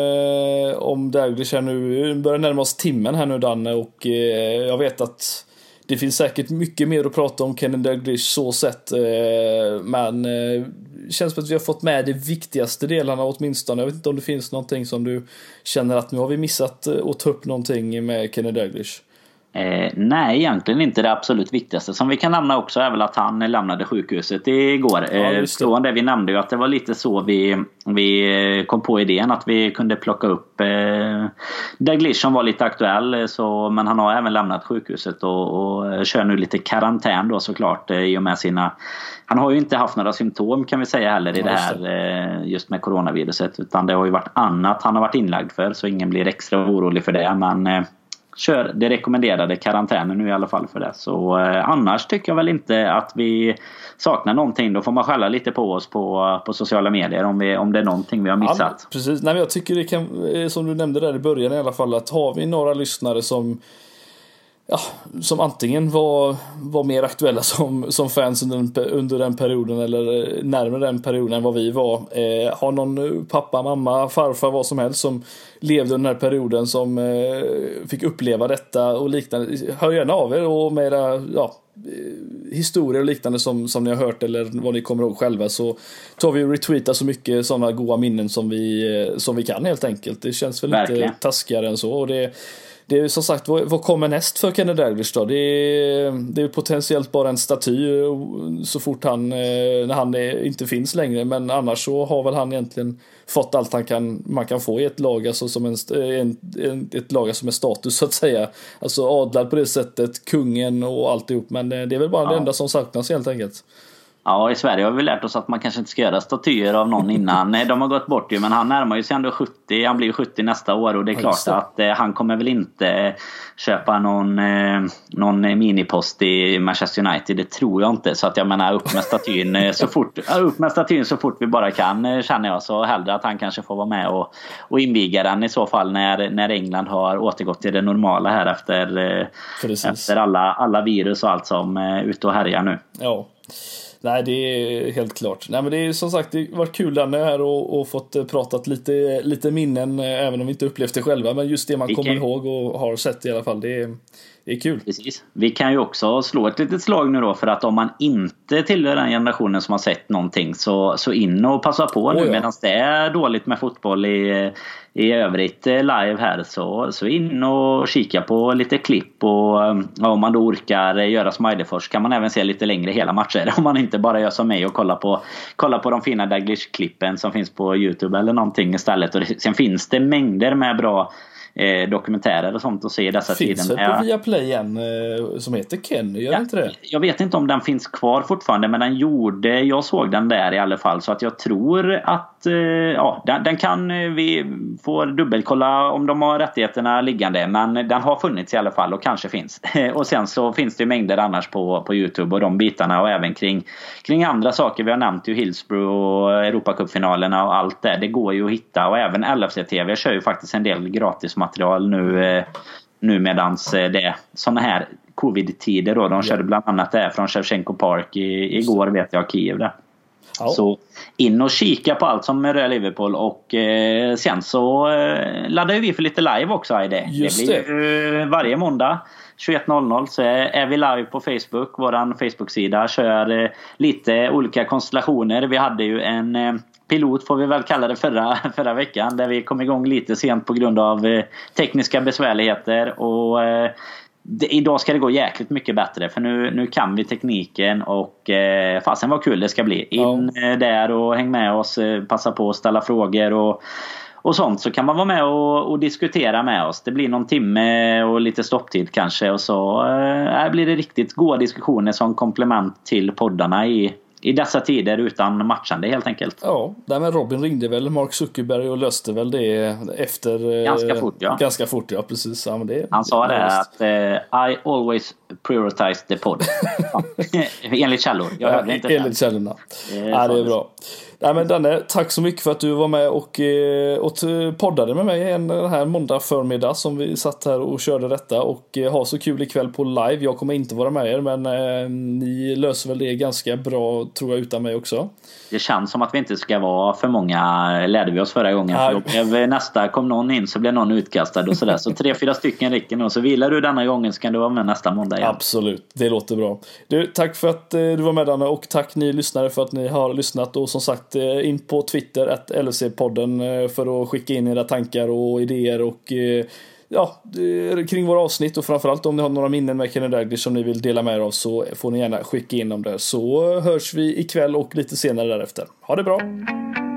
om Dalglish här nu. Vi börjar närma oss timmen här nu, Danne, och jag vet att det finns säkert mycket mer att prata om Kenny Dalglish så sett, men känns som att vi har fått med de viktigaste delarna åtminstone. Jag vet inte om det finns någonting som du känner att nu har vi missat att ta upp någonting med Kenny Dalglish. Nej, egentligen inte. Det absolut viktigaste som vi kan nämna också är väl att han lämnade sjukhuset igår. Från det vi nämnde ju att det var lite så vi kom på idén att vi kunde plocka upp Dalglish som var lite aktuell, men han har även lämnat sjukhuset och kör nu lite karantän då, såklart, i och med han har ju inte haft några symptom, kan vi säga, heller i det här just med coronaviruset, utan det har ju varit annat han har varit inlagd för, så ingen blir extra orolig för det, men kör det rekommenderade karantänen nu i alla fall för det. Så annars tycker jag väl inte att vi saknar någonting. Då får man skälla lite på oss på sociala medier om det är någonting vi har missat. Ja, precis. Nej, men jag tycker det kan, som du nämnde där i början i alla fall, att har vi några lyssnare som antingen var mer aktuella som fans under den perioden, eller närmare den perioden än vad vi var. Har någon pappa, mamma, farfar, vad som helst som levde under den här perioden, som fick uppleva detta och liknande, hör gärna av er och med historier och liknande som ni har hört eller vad ni kommer ihåg själva, så tar vi och retweetar så mycket sådana goda minnen som vi kan, helt enkelt. Det känns väl lite taskigare än så, och det är som sagt, vad kommer näst för Kenny Dalglish då? Det är potentiellt bara en staty så fort när han inte finns längre, men annars så har väl han egentligen fått allt man kan få i ett lag, alltså som ett lag som är status, så att säga. Alltså adlad på det sättet, kungen och alltihop, men det är väl bara det enda som saknas, helt enkelt. Ja, i Sverige har vi lärt oss att man kanske inte ska göra statyer av någon innan. Nej, de har gått bort ju, men han närmar ju sig ändå 70. Han blir ju 70 nästa år och det är klart att han kommer väl inte köpa någon minipost i Manchester United. Det tror jag inte. Så att jag menar, upp med statyn så fort vi bara kan, känner jag. Så hellre att han kanske får vara med och inviga den i så fall när England har återgått till det normala här efter alla virus och allt som är ute och härjar nu. Ja. Nej, det är helt klart. Nej, men det är som sagt, det har varit kul Danne här och fått pratat lite minnen, även om vi inte upplevt det själva, men just det man kommer ihåg och har sett i alla fall, det är kul. Precis. Vi kan ju också slå ett litet slag nu då, för att om man inte tillhör den generationen som har sett någonting, så in och passa på nu medan det är dåligt med fotboll i övrigt live här, så in och kika på lite klipp, och om man då orkar göra som Eidefors kan man även se lite längre hela matcher, om man inte bara gör som mig och kolla på de fina Daglish-klippen som finns på YouTube eller någonting istället. Och sen finns det mängder med bra dokumentärer och sånt att se i dessa tiden. Finns det på Viaplay igen som heter Kenny, gör inte det? Jag vet inte om den finns kvar fortfarande, men jag såg den där i alla fall, så att jag tror att den kan vi får dubbelkolla om de har rättigheterna liggande, men den har funnits i alla fall och kanske finns. Och sen så finns det mängder annars på YouTube och de bitarna, och även kring andra saker. Vi har nämnt ju Hillsborough och Europacupfinalerna och allt det går ju att hitta, och även LFC-TV kör ju faktiskt en del gratis material nu medans det såna här covid-tider då. De körde bland annat det från Shevchenko Park igår, vet jag, Kiev där. Ja. Så in och kika på allt som rör Liverpool, och sen så laddar vi för lite live också i det. Just det blir varje måndag 21.00 så är vi live på Facebook. Våran Facebook-sida kör lite olika konstellationer. Vi hade ju en pilot, får vi väl kalla det, förra veckan, där vi kom igång lite sent på grund av tekniska besvärligheter, och idag ska det gå jäkligt mycket bättre, för nu kan vi tekniken, och fasen vad kul det ska bli. In där och häng med oss, passa på att ställa frågor och sånt, så kan man vara med och diskutera med oss. Det blir någon timme och lite stopptid kanske, och så blir det riktigt goda diskussioner som komplement till poddarna i dessa tider utan matchande helt enkelt. Ja, men Robin ringde väl Mark Zuckerberg och löste väl det efter ganska fort, ja precis. Ja, men han sa det att I always prioritize the pod. Enligt källor. Jag hörde inte enligt källorna. Ja, det är bra. Nej, men Danne, tack så mycket för att du var med och poddade med mig den här måndag förmiddag som vi satt här och körde detta, och ha så kul ikväll på live. Jag kommer inte vara med er, men ni löser väl det ganska bra, tror jag, utan mig också. Det känns som att vi inte ska vara för många, lärde vi oss förra gången. För nästa kom någon in så blev någon utkastad och sådär. Så 3-4 stycken räcker, och så vilar du denna gången så kan du vara med nästa måndag igen. Absolut, det låter bra. Du, tack för att du var med, Danne, och tack ni lyssnare för att ni har lyssnat, och som sagt in på Twitter @LFC-podden för att skicka in era tankar och idéer och kring våra avsnitt, och framförallt om ni har några minnen med Kenny Dalglish som ni vill dela med er av, så får ni gärna skicka in dem där, så hörs vi ikväll och lite senare därefter. Ha det bra!